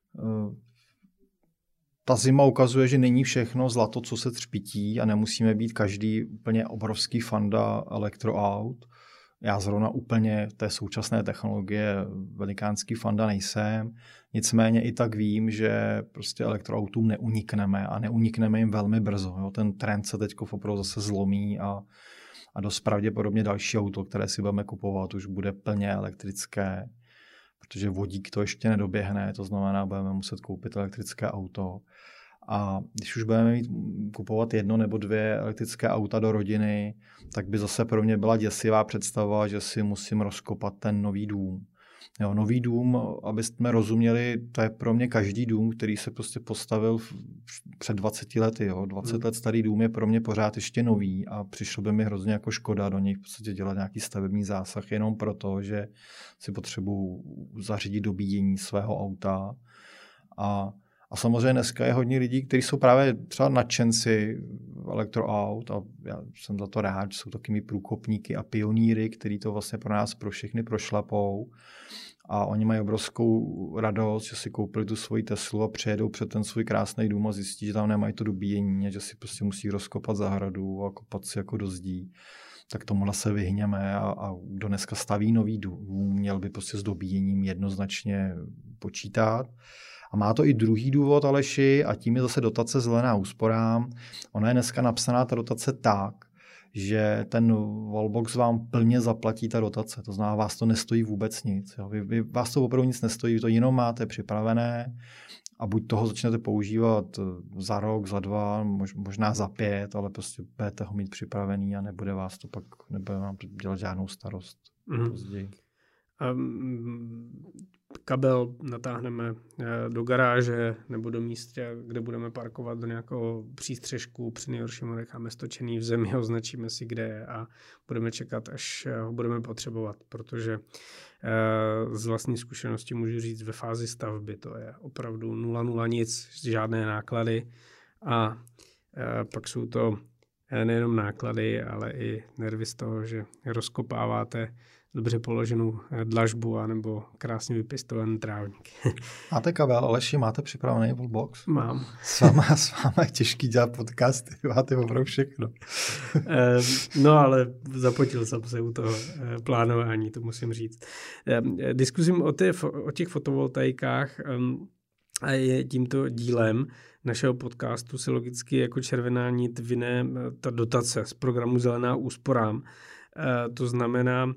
Ta zima ukazuje, že není všechno zlato, co se třpytí a nemusíme být každý úplně obrovský fanda elektroaut. Já zrovna úplně té současné technologie velikánský fanda nejsem. Nicméně i tak vím, že prostě elektroautům neunikneme a neunikneme jim velmi brzo. Jo. Ten trend se teď opravdu zase zlomí a, a dost pravděpodobně další auto, které si budeme kupovat, už bude plně elektrické, protože vodík to ještě nedoběhne, to znamená, budeme muset koupit elektrické auto. A když už budeme mít, kupovat jedno nebo dvě elektrické auta do rodiny, tak by zase pro mě byla děsivá představa, že si musím rozkopat ten nový dům. Jo, nový dům, abyste rozuměli, to je pro mě každý dům, který se prostě postavil v, před dvaceti lety. Jo. dvacet hmm. let starý dům je pro mě pořád ještě nový a přišlo by mi hrozně jako škoda do něj v podstatě dělat nějaký stavební zásah jenom proto, že si potřebuji zařídit dobíjení svého auta. A A samozřejmě dneska je hodně lidí, kteří jsou právě třeba nadšenci elektroaut a já jsem za to rád, že jsou takovými průkopníky a pionýry, kteří to vlastně pro nás, pro všechny prošlapou a oni mají obrovskou radost, že si koupili tu svoji Teslu a přejedou před ten svůj krásný dům a zjistí, že tam nemají to dobíjení a že si prostě musí rozkopat zahradu a kopat si jako do zdí. Tak tomuhle se vyhněme a, a kdo dneska staví nový dům, měl by prostě s dobíjením jednoznačně počítat. A má to i druhý důvod, Aleši, a tím je zase dotace zelená úsporám. Ona je dneska napsaná, ta dotace tak, že ten Wallbox vám plně zaplatí ta dotace. To znamená, vás to nestojí vůbec nic. Jo. Vy, vy, vás to opravdu nic nestojí, vy to jenom máte připravené a buď toho začnete používat za rok, za dva, mož, možná za pět, ale prostě budete ho mít připravený a nebude vás to pak, nebude vám dělat žádnou starost mm. později. Um, kabel natáhneme do garáže nebo do místa, kde budeme parkovat, do nějakého přístřežku, při nejhorším ho necháme stočený v zemi, označíme si, kde je a budeme čekat, až ho budeme potřebovat, protože z vlastní zkušenosti můžu říct, ve fázi stavby to je opravdu nula nula nic, žádné náklady a pak jsou to nejenom náklady, ale i nervy z toho, že rozkopáváte dobře položenou dlažbu anebo krásně vypěstovaný trávník. Máte kabel, Aleši, máte připravený wallbox? Mám. S váma, s váma je těžký dělat podcasty, máte opravdu všechno. No ale zapotil jsem se u toho plánování, to musím říct. Diskuzím o, té, o těch fotovoltaikách a je tímto dílem našeho podcastu se logicky jako červená nit vyne ta dotace z programu Zelená úsporám. To znamená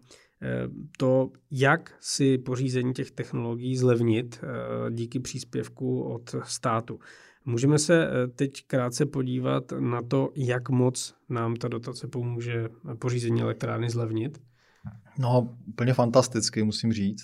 to, jak si pořízení těch technologií zlevnit díky příspěvku od státu. Můžeme se teď krátce podívat na to, jak moc nám ta dotace pomůže pořízení elektrárny zlevnit? No, úplně fantasticky, musím říct.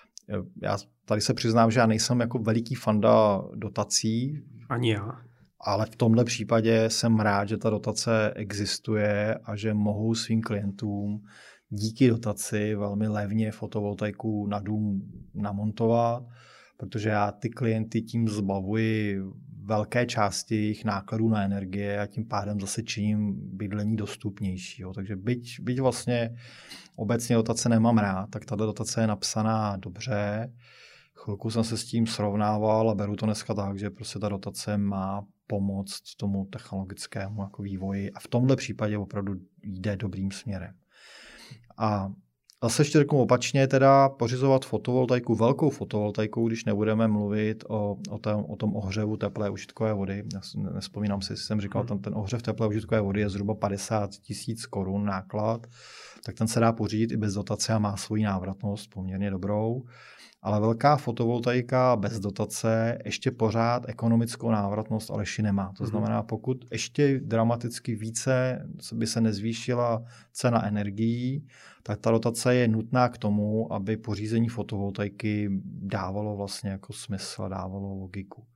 Já tady se přiznám, že já nejsem jako veliký fanda dotací. Ani já. Ale v tomhle případě jsem rád, že ta dotace existuje a že mohu svým klientům díky dotaci velmi levně fotovoltaiku na dům namontovat, protože já ty klienty tím zbavuji velké části jejich nákladů na energie a tím pádem zase činím bydlení dostupnějšího. Takže byť, byť vlastně obecně dotace nemám rád, tak tato dotace je napsaná dobře. Chvilku jsem se s tím srovnával a beru to dneska tak, že prostě ta dotace má pomoct tomu technologickému jako vývoji a v tomhle případě opravdu jde dobrým směrem. A zase ještě řeknu opačně, teda pořizovat fotovoltaiku, velkou fotovoltaiku, když nebudeme mluvit o, o, tom, o tom ohřevu teplé užitkové vody. Nespomínám si, jestli jsem říkal, ten, ten ohřev teplé užitkové vody je zhruba padesát tisíc korun náklad, tak ten se dá pořídit i bez dotace a má svoji návratnost poměrně dobrou. Ale velká fotovoltaika bez dotace ještě pořád ekonomickou návratnost Aleši nemá. To znamená, pokud ještě dramaticky více by se nezvýšila cena energií, tak ta dotace je nutná k tomu, aby pořízení fotovoltaiky dávalo vlastně jako smysl, dávalo logiku.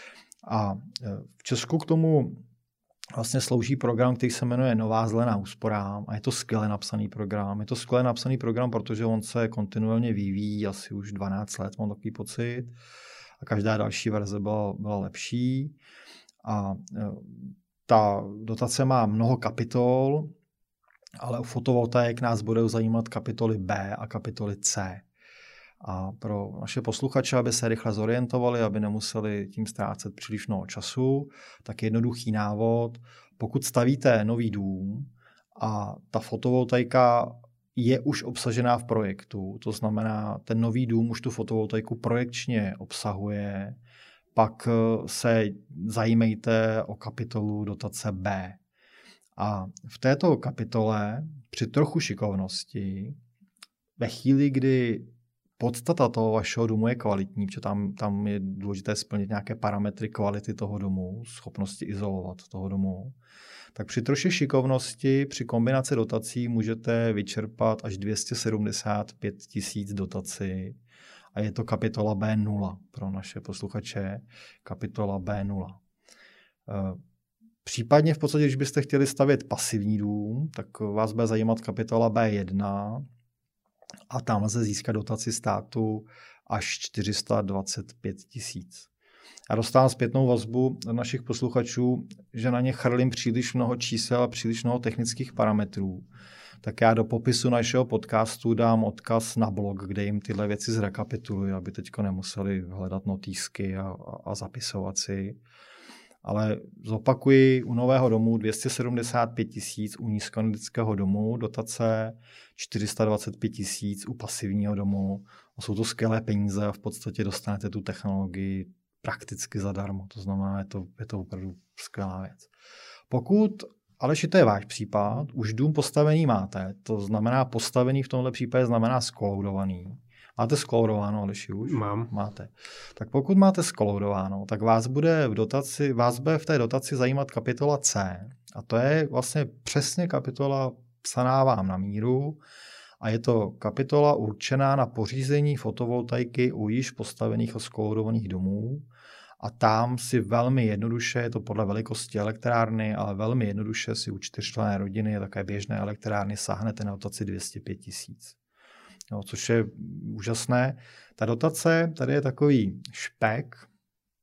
A v Česku k tomu vlastně slouží program, který se jmenuje Nová zelená úsporám a je to skvěle napsaný program. Je to skvěle napsaný program, protože on se kontinuálně vyvíjí asi už dvanáct let, mám takový pocit. A každá další verze byla, byla lepší. A ta dotace má mnoho kapitol, ale u fotovoltaik nás budou zajímat kapitoly B a kapitoly C. A pro naše posluchače, aby se rychle zorientovali, aby nemuseli tím ztrácet příliš mnoho času, tak jednoduchý návod. Pokud stavíte nový dům a ta fotovoltaika je už obsažená v projektu, to znamená, ten nový dům už tu fotovoltaiku projekčně obsahuje, pak se zajímejte o kapitolu dotace B. A v této kapitole při trochu šikovnosti, ve chvíli, kdy podstata toho vašeho domu je kvalitní, protože tam, tam je důležité splnit nějaké parametry kvality toho domu, schopnosti izolovat toho domu, tak při troši šikovnosti, při kombinaci dotací můžete vyčerpat až dvě stě sedmdesát pět tisíc dotací a je to kapitola bé nula pro naše posluchače, kapitola bé nula. Případně v podstatě, když byste chtěli stavět pasivní dům, tak vás bude zajímat kapitola bé jedna, a tam lze získat dotaci státu až čtyři sta dvacet pět tisíc. Já dostávám zpětnou vazbu našich posluchačů, že na ně chrlím příliš mnoho čísel a příliš mnoho technických parametrů. Tak já do popisu našeho podcastu dám odkaz na blog, kde jim tyhle věci zrekapituluji, aby teďko nemuseli hledat notýsky a, a, a zapisovat si. Ale zopakuji, u nového domu dvě stě sedmdesát pět tisíc, u nízkoenergetického domu dotace čtyři sta dvacet pět tisíc, u pasivního domu. Jsou to skvělé peníze a v podstatě dostanete tu technologii prakticky zadarmo. To znamená, je to, je to opravdu skvělá věc. Pokud, Aleši, to je váš případ, už dům postavený máte, to znamená postavený v tomhle případě znamená skoloudovaný. Máte skolodováno, Aleši, už? Mám. Máte. Tak pokud máte skolodováno, tak vás bude v dotaci, vás bude v té dotaci zajímat kapitola C. A to je vlastně přesně kapitola psaná vám na míru. A je to kapitola určená na pořízení fotovoltaiky u již postavených a skolodovaných domů. A tam si velmi jednoduše, je to podle velikosti elektrárny, ale velmi jednoduše si u čtyřčlenné rodiny a také běžné elektrárny sáhnete na dotaci dvě stě pět tisíc. No, což je úžasné. Ta dotace, tady je takový špek.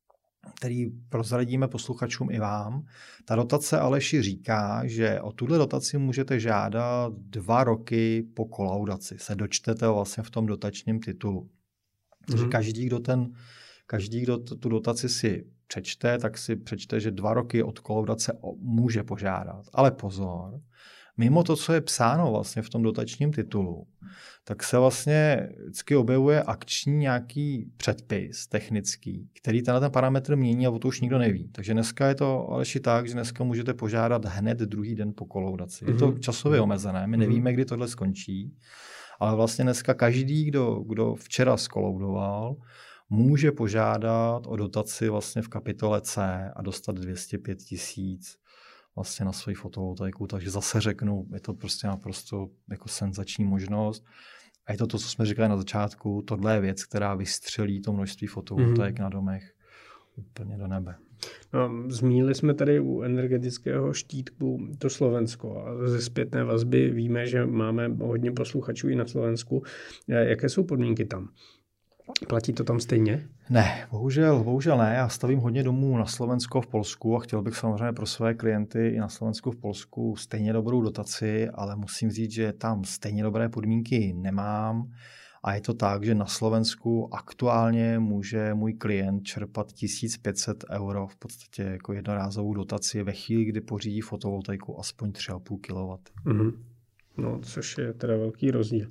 který prozradíme posluchačům i vám. Ta dotace Aleši říká, že o tuhle dotaci můžete žádat dva roky po kolaudaci. Se dočtete vlastně v tom dotačním titulu. Takže mm. každý, kdo ten, každý, kdo tu dotaci si přečte, tak si přečte, že dva roky od kolaudace může požádat. Ale pozor, mimo to, co je psáno vlastně v tom dotačním titulu, tak se vlastně vždycky objevuje akční nějaký předpis technický, který tenhle ten parametr mění a o to už nikdo neví. Takže dneska je to Aleši tak, že dneska můžete požádat hned druhý den po kolaudaci. Je to časově omezené, my nevíme, kdy tohle skončí, ale vlastně dneska každý, kdo, kdo včera skolaudoval, může požádat o dotaci vlastně v kapitole C a dostat dvě stě pět tisíc vlastně na svoji fotovoltaiku, takže zase řeknu, je to prostě naprosto jako senzační možnost. A je to to, co jsme říkali na začátku, tohle je věc, která vystřelí to množství fotovoltaik mm. na domech úplně do nebe. No, zmínili jsme tady u energetického štítku to Slovensko a ze zpětné vazby víme, že máme hodně posluchačů i na Slovensku. Jaké jsou podmínky tam? Platí to tam stejně? Ne, bohužel, bohužel ne. Já stavím hodně domů na Slovensku a v Polsku a chtěl bych samozřejmě pro své klienty i na Slovensku v Polsku stejně dobrou dotaci, ale musím říct, že tam stejně dobré podmínky nemám. A je to tak, že na Slovensku aktuálně může můj klient čerpat tisíc pět set euro v podstatě jako jednorázovou dotaci ve chvíli, kdy pořídí fotovoltaiku aspoň tři a půl kilowattů. Mm-hmm. No, což je teda velký rozdíl.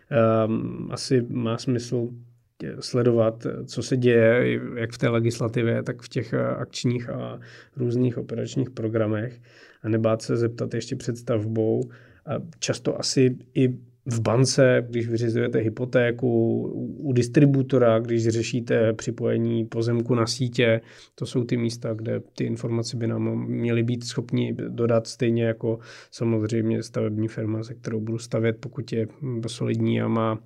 Um, asi má smysl sledovat, co se děje, jak v té legislativě, tak v těch akčních a různých operačních programech a nebát se zeptat ještě před stavbou. A často asi i v bance, když vyřizujete hypotéku, u distributora, když řešíte připojení pozemku na sítě, to jsou ty místa, kde ty informace by nám měly být schopni dodat stejně jako samozřejmě stavební firma, se kterou budu stavět, pokud je solidní a má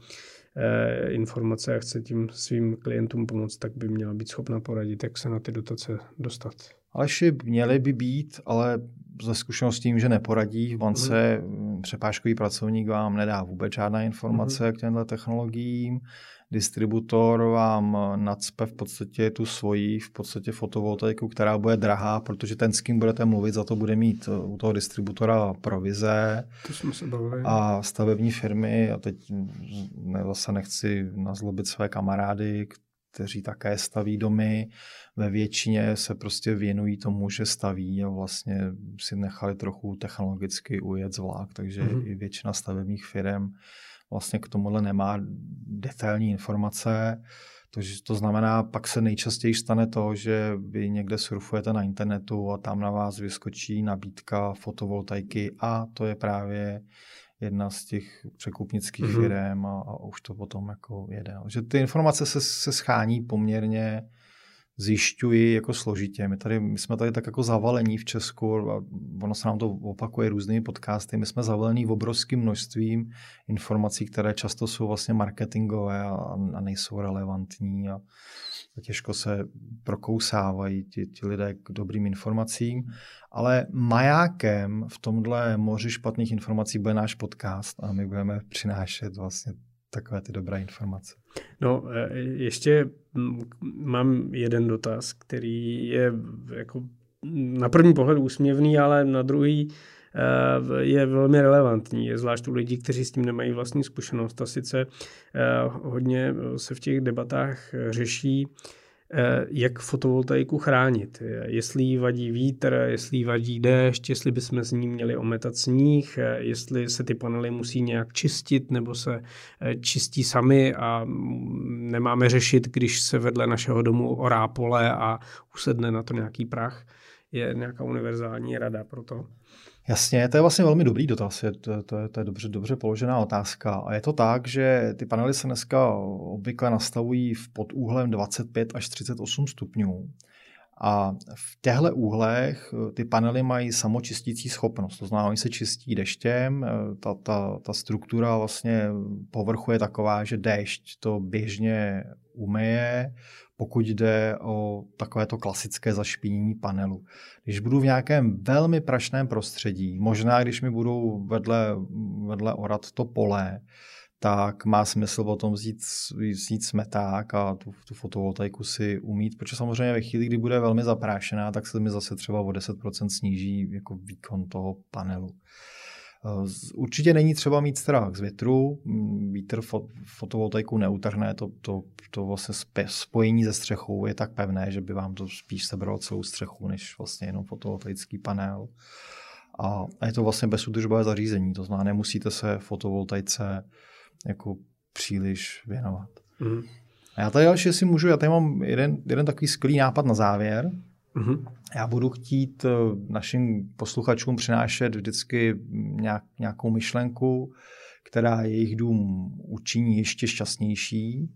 informace a chce tím svým klientům pomoct, tak by měla být schopna poradit, jak se na ty dotace dostat. Aleši, měly by být, ale ze zkušeností tím, že neporadí. V bance mm. přepážkový pracovník vám nedá vůbec žádné informace mm. k těmto technologiím. Distributor vám nacpe v podstatě tu svoji v podstatě fotovoltaiku, která bude drahá, protože ten, s kým budete mluvit, za to bude mít u toho distributora provize. To jsme se bavili. A stavební firmy, a teď zase nechci nazlobit své kamarády, kteří také staví domy, ve většině se prostě věnují tomu, že staví a vlastně si nechali trochu technologicky ujet z vlak, takže mm-hmm. i většina stavebních firm vlastně k tomuhle nemá detailní informace. To, to znamená, pak se nejčastěji stane to, že vy někde surfujete na internetu a tam na vás vyskočí nabídka fotovoltaiky a to je právě jedna z těch překupnických mm-hmm. firm a, a už to potom jako jede. Že ty informace se, se schání poměrně, zjišťuji jako složitě. My, tady, my jsme tady tak jako zavalení v Česku, a ono se nám to opakuje různými podcasty, my jsme zavalení obrovským množstvím informací, které často jsou vlastně marketingové a, a nejsou relevantní a, a těžko se prokousávají ti, ti lidé k dobrým informacím. Ale majákem v tomhle moři špatných informací bude náš podcast a my budeme přinášet vlastně takové ty dobré informace. No, ještě mám jeden dotaz, který je jako na první pohled úsměvný, ale na druhý je velmi relevantní, zvlášť u lidí, kteří s tím nemají vlastní zkušenost. A sice hodně se v těch debatách řeší, jak fotovoltaiku chránit. Jestli jí vadí vítr, jestli jí vadí déšť, jestli bychom z ní měli ometat sníh, jestli se ty panely musí nějak čistit, nebo se čistí sami a nemáme řešit, když se vedle našeho domu orá pole a usedne na to nějaký prach. Je nějaká univerzální rada pro to? Jasně, to je vlastně velmi dobrý dotaz, je to, to, je, to je dobře, dobře položená otázka. A je to tak, že ty panely se dneska obvykle nastavují v pod úhlem dvacet pět až třicet osm stupňů. A v těchto úhlech ty panely mají samočistící schopnost. To znamená, oni se čistí deštěm, ta, ta, ta struktura vlastně povrchu je taková, že déšť to běžně umyje, pokud jde o takovéto klasické zašpinění panelu. Když budu v nějakém velmi prašném prostředí, možná když mi budou vedle, vedle orat to pole, tak má smysl potom vzít, vzít smeták a tu, tu fotovoltaiku si umít, protože samozřejmě ve chvíli, kdy bude velmi zaprášená, tak se mi zase třeba o deset procent sníží jako výkon toho panelu. Určitě není třeba mít strach z větru, vítr fotovoltaiku neutrhne, to, to, to vlastně spojení ze střechou je tak pevné, že by vám to spíš sebralo celou střechu, než vlastně jenom fotovoltaický panel. A je to vlastně bezúdržbové zařízení, to znamená, nemusíte se fotovoltaice jako příliš věnovat. Mm. A já tady další si můžu, já tady mám jeden, jeden takový skvělý nápad na závěr. Mm-hmm. Já budu chtít našim posluchačům přinášet vždycky nějak, nějakou myšlenku, která jejich dům učiní ještě šťastnější.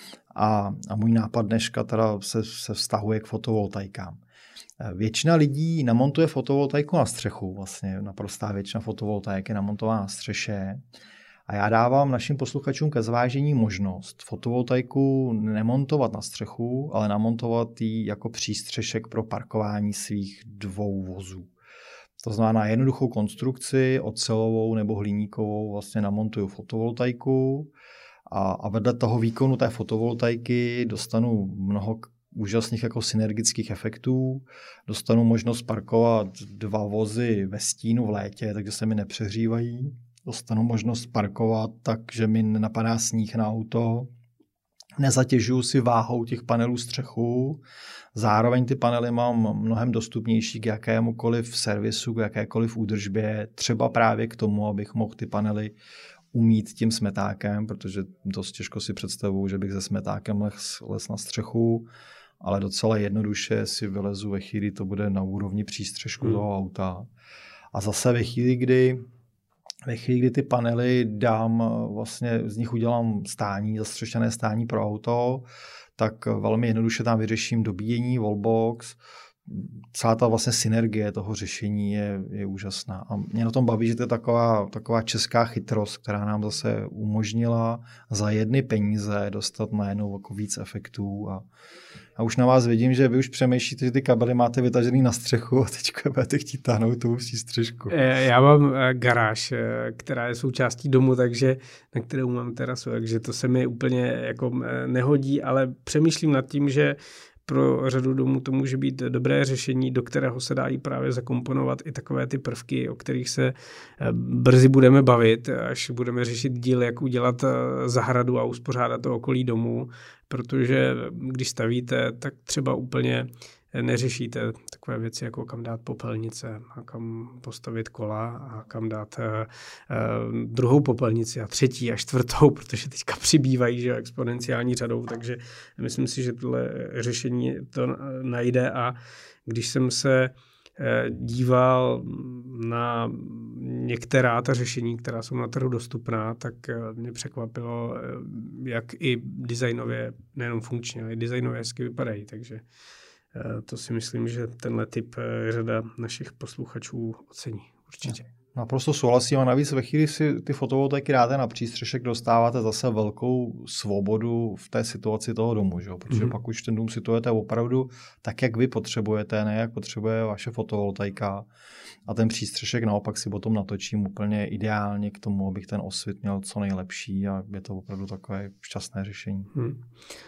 A, a můj nápad dneška teda se, se vztahuje k fotovoltaikám. Většina lidí namontuje fotovoltaiku na střechu, vlastně naprostá většina fotovoltaik je namontovaná na střeše. A já dávám našim posluchačům ke zvážení možnost fotovoltaiku nemontovat na střechu, ale namontovat ji jako přístřešek pro parkování svých dvou vozů. To znamená na jednoduchou konstrukci, ocelovou nebo hliníkovou, vlastně namontuju fotovoltaiku a, a vedle toho výkonu té fotovoltaiky dostanu mnoho úžasných jako synergických efektů. Dostanu možnost parkovat dva vozy ve stínu v létě, takže se mi nepřehřívají. Dostanu možnost parkovat tak, že mi nenapadá sníh na auto. Nezatěžuju si váhou těch panelů střechu. Zároveň ty panely mám mnohem dostupnější k jakémukoliv servisu, k jakékoliv údržbě. Třeba právě k tomu, abych mohl ty panely umít tím smetákem, protože dost těžko si představuju, že bych se smetákem les, les na střechu, ale docela jednoduše si vylezu ve chvíli, to bude na úrovni přístřešku hmm. toho auta. A zase ve chvíli, kdy Ve chvíli, kdy ty panely dám, vlastně z nich udělám stání, zastřešené stání pro auto, tak velmi jednoduše tam vyřeším dobíjení, wallbox. Celá ta vlastně synergie toho řešení je, je úžasná. A mě na tom baví, že to je taková, taková česká chytrost, která nám zase umožnila za jedny peníze dostat najednou jako víc efektů. A, a už na vás vidím, že vy už přemýšlíte, že ty kabely máte vytažený na střechu a teď budete chtít táhnout tu přístřešku. Já mám garáž, která je součástí domu, takže na kterou mám terasu, takže to se mi úplně jako nehodí, ale přemýšlím nad tím, že pro řadu domů to může být dobré řešení, do kterého se dá i právě zakomponovat i takové ty prvky, o kterých se brzy budeme bavit, až budeme řešit díl, jak udělat zahradu a uspořádat to okolí domu, protože když stavíte, tak třeba úplně neřešíte takové věci, jako kam dát popelnice a kam postavit kola a kam dát uh, uh, druhou popelnici a třetí a čtvrtou, protože teďka přibývají, že exponenciální řadou, takže myslím si, že tohle řešení to najde a když jsem se uh, díval na některá ta řešení, která jsou na trhu dostupná, tak uh, mě překvapilo, uh, jak i designově, nejenom funkčně, ale i designově hezky vypadají, takže to si myslím, že tenhle typ řada našich posluchačů ocení určitě. Naprosto souhlasím a navíc ve chvíli si ty fotovoltaiky dáte na přístřešek, dostáváte zase velkou svobodu v té situaci toho domu, že? Protože mm-hmm. pak už ten dům situujete opravdu tak, jak vy potřebujete, ne jak potřebuje vaše fotovoltaika a ten přístřešek naopak si potom natočím úplně ideálně k tomu, abych ten osvit měl co nejlepší a je to opravdu takové šťastné řešení. Mm.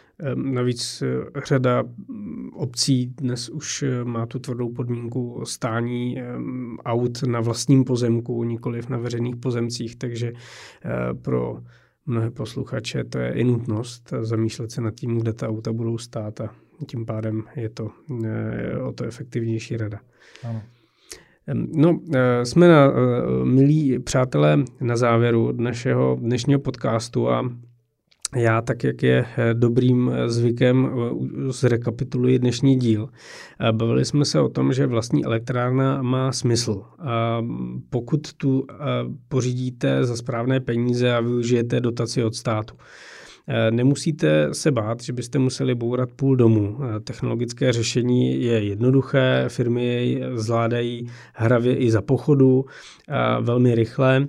Navíc řada obcí dnes už má tu tvrdou podmínku stání aut na vlastním pozemku, nikoliv na veřejných pozemcích, takže pro mnohé posluchače to je i nutnost zamýšlet se nad tím, kde ta auta budou stát a tím pádem je to o to efektivnější rada. Ano. No, jsme na, milí přátelé, na závěru našeho dnešního podcastu a já, tak jak je dobrým zvykem, zrekapituluji dnešní díl. Bavili jsme se o tom, že vlastní elektrárna má smysl. Pokud tu pořídíte za správné peníze a využijete dotaci od státu. Nemusíte se bát, že byste museli bourat půl domu. Technologické řešení je jednoduché, firmy jej zvládají hravě i za pochodu, velmi rychle.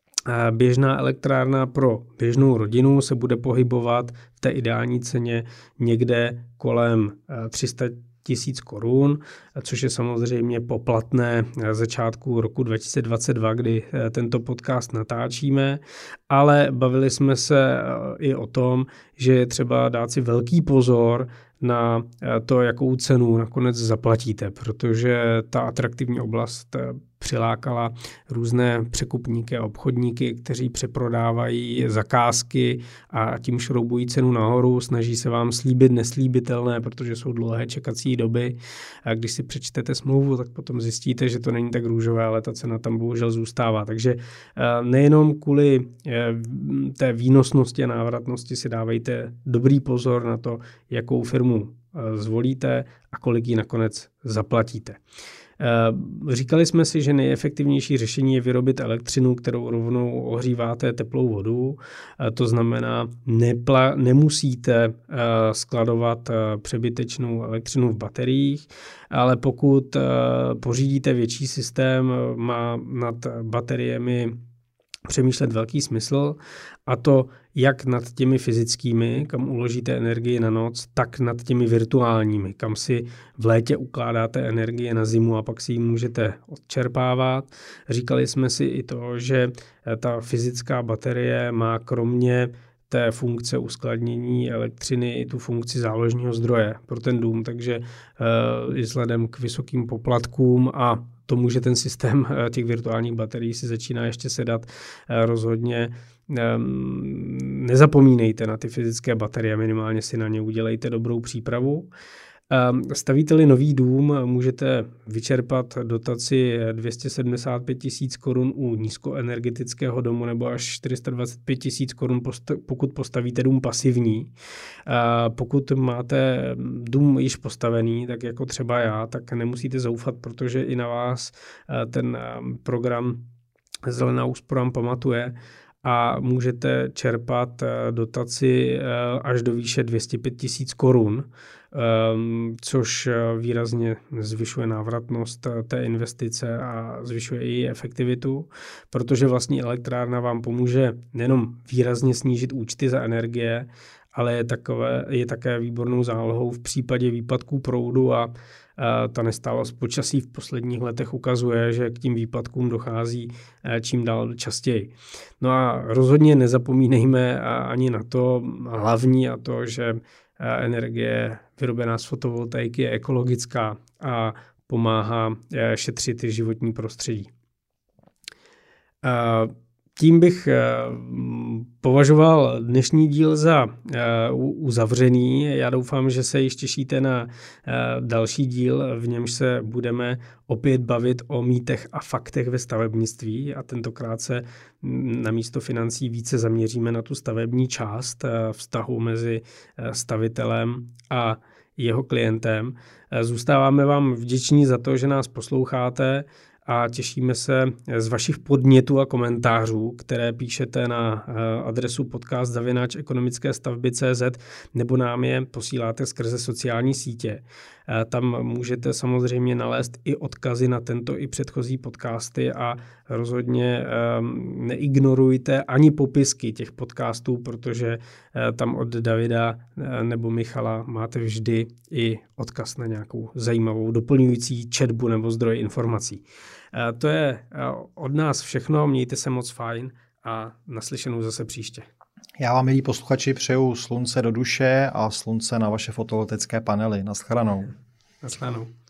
Běžná elektrárna pro běžnou rodinu se bude pohybovat v té ideální ceně někde kolem tři sta tisíc korun, což je samozřejmě poplatné začátku roku dva tisíce dvacet dva, kdy tento podcast natáčíme, ale bavili jsme se i o tom, že je třeba dát si velký pozor na to, jakou cenu nakonec zaplatíte, protože ta atraktivní oblast přilákala různé překupníky a obchodníky, kteří přeprodávají zakázky a tím šroubují cenu nahoru, snaží se vám slíbit neslíbitelné, protože jsou dlouhé čekací doby. A když si přečtete smlouvu, tak potom zjistíte, že to není tak růžové, ale ta cena tam bohužel zůstává. Takže nejenom kvůli té výnosnosti a návratnosti si dávejte dobrý pozor na to, jakou firmu zvolíte a kolik ji nakonec zaplatíte. Říkali jsme si, že nejefektivnější řešení je vyrobit elektřinu, kterou rovnou ohříváte teplou vodu. To znamená, nepla, nemusíte skladovat přebytečnou elektřinu v bateriích, ale pokud pořídíte větší systém, má nad bateriemi přemýšlet velký smysl, a to jak nad těmi fyzickými, kam uložíte energii na noc, tak nad těmi virtuálními, kam si v létě ukládáte energie na zimu a pak si ji můžete odčerpávat. Říkali jsme si i to, že ta fyzická baterie má kromě té funkce uskladnění elektřiny i tu funkci záložního zdroje pro ten dům, takže i vzhledem k vysokým poplatkům a tomu, že ten systém těch virtuálních baterií si začíná ještě sedat, rozhodně nezapomínejte na ty fyzické baterie, minimálně si na ně udělejte dobrou přípravu. Stavíte-li nový dům, můžete vyčerpat dotaci dvě stě sedmdesát pět tisíc korun u nízkoenergetického domu nebo až čtyři sta dvacet pět tisíc korun, pokud postavíte dům pasivní. Pokud máte dům již postavený, tak jako třeba já, tak nemusíte zoufat, protože i na vás ten program Zelená úsporám pamatuje a můžete čerpat dotaci až do výše dvě stě pět tisíc korun, což výrazně zvyšuje návratnost té investice a zvyšuje i její efektivitu, protože vlastní elektrárna vám pomůže nejenom výrazně snížit účty za energie, ale je, takové, je také výbornou zálohou v případě výpadků proudu a ta nestálost počasí v posledních letech ukazuje, že k tím výpadkům dochází čím dál častěji. No a rozhodně nezapomínejme ani na to hlavní, a to, že energie vyrobená z fotovoltaiky je ekologická a pomáhá šetřit životní prostředí. Tím bych považoval dnešní díl za uzavřený. Já doufám, že se již těšíte na další díl, v němž se budeme opět bavit o mýtech a faktech ve stavebnictví a tentokrát se na místo financí více zaměříme na tu stavební část vztahu mezi stavitelem a jeho klientem. Zůstáváme vám vděční za to, že nás posloucháte, a těšíme se z vašich podnětů a komentářů, které píšete na adresu podcast zavináč ekonomické stavby tečka cé zet nebo nám je posíláte skrze sociální sítě. Tam můžete samozřejmě nalézt i odkazy na tento i předchozí podcasty a rozhodně neignorujte ani popisky těch podcastů, protože tam od Davida nebo Michala máte vždy i odkaz na nějakou zajímavou doplňující četbu nebo zdroj informací. To je od nás všechno, mějte se moc fajn a naslyšenou zase příště. Já vám, milí posluchači, přeju slunce do duše a slunce na vaše fotovoltaické panely. Naschledanou. Naschledanou.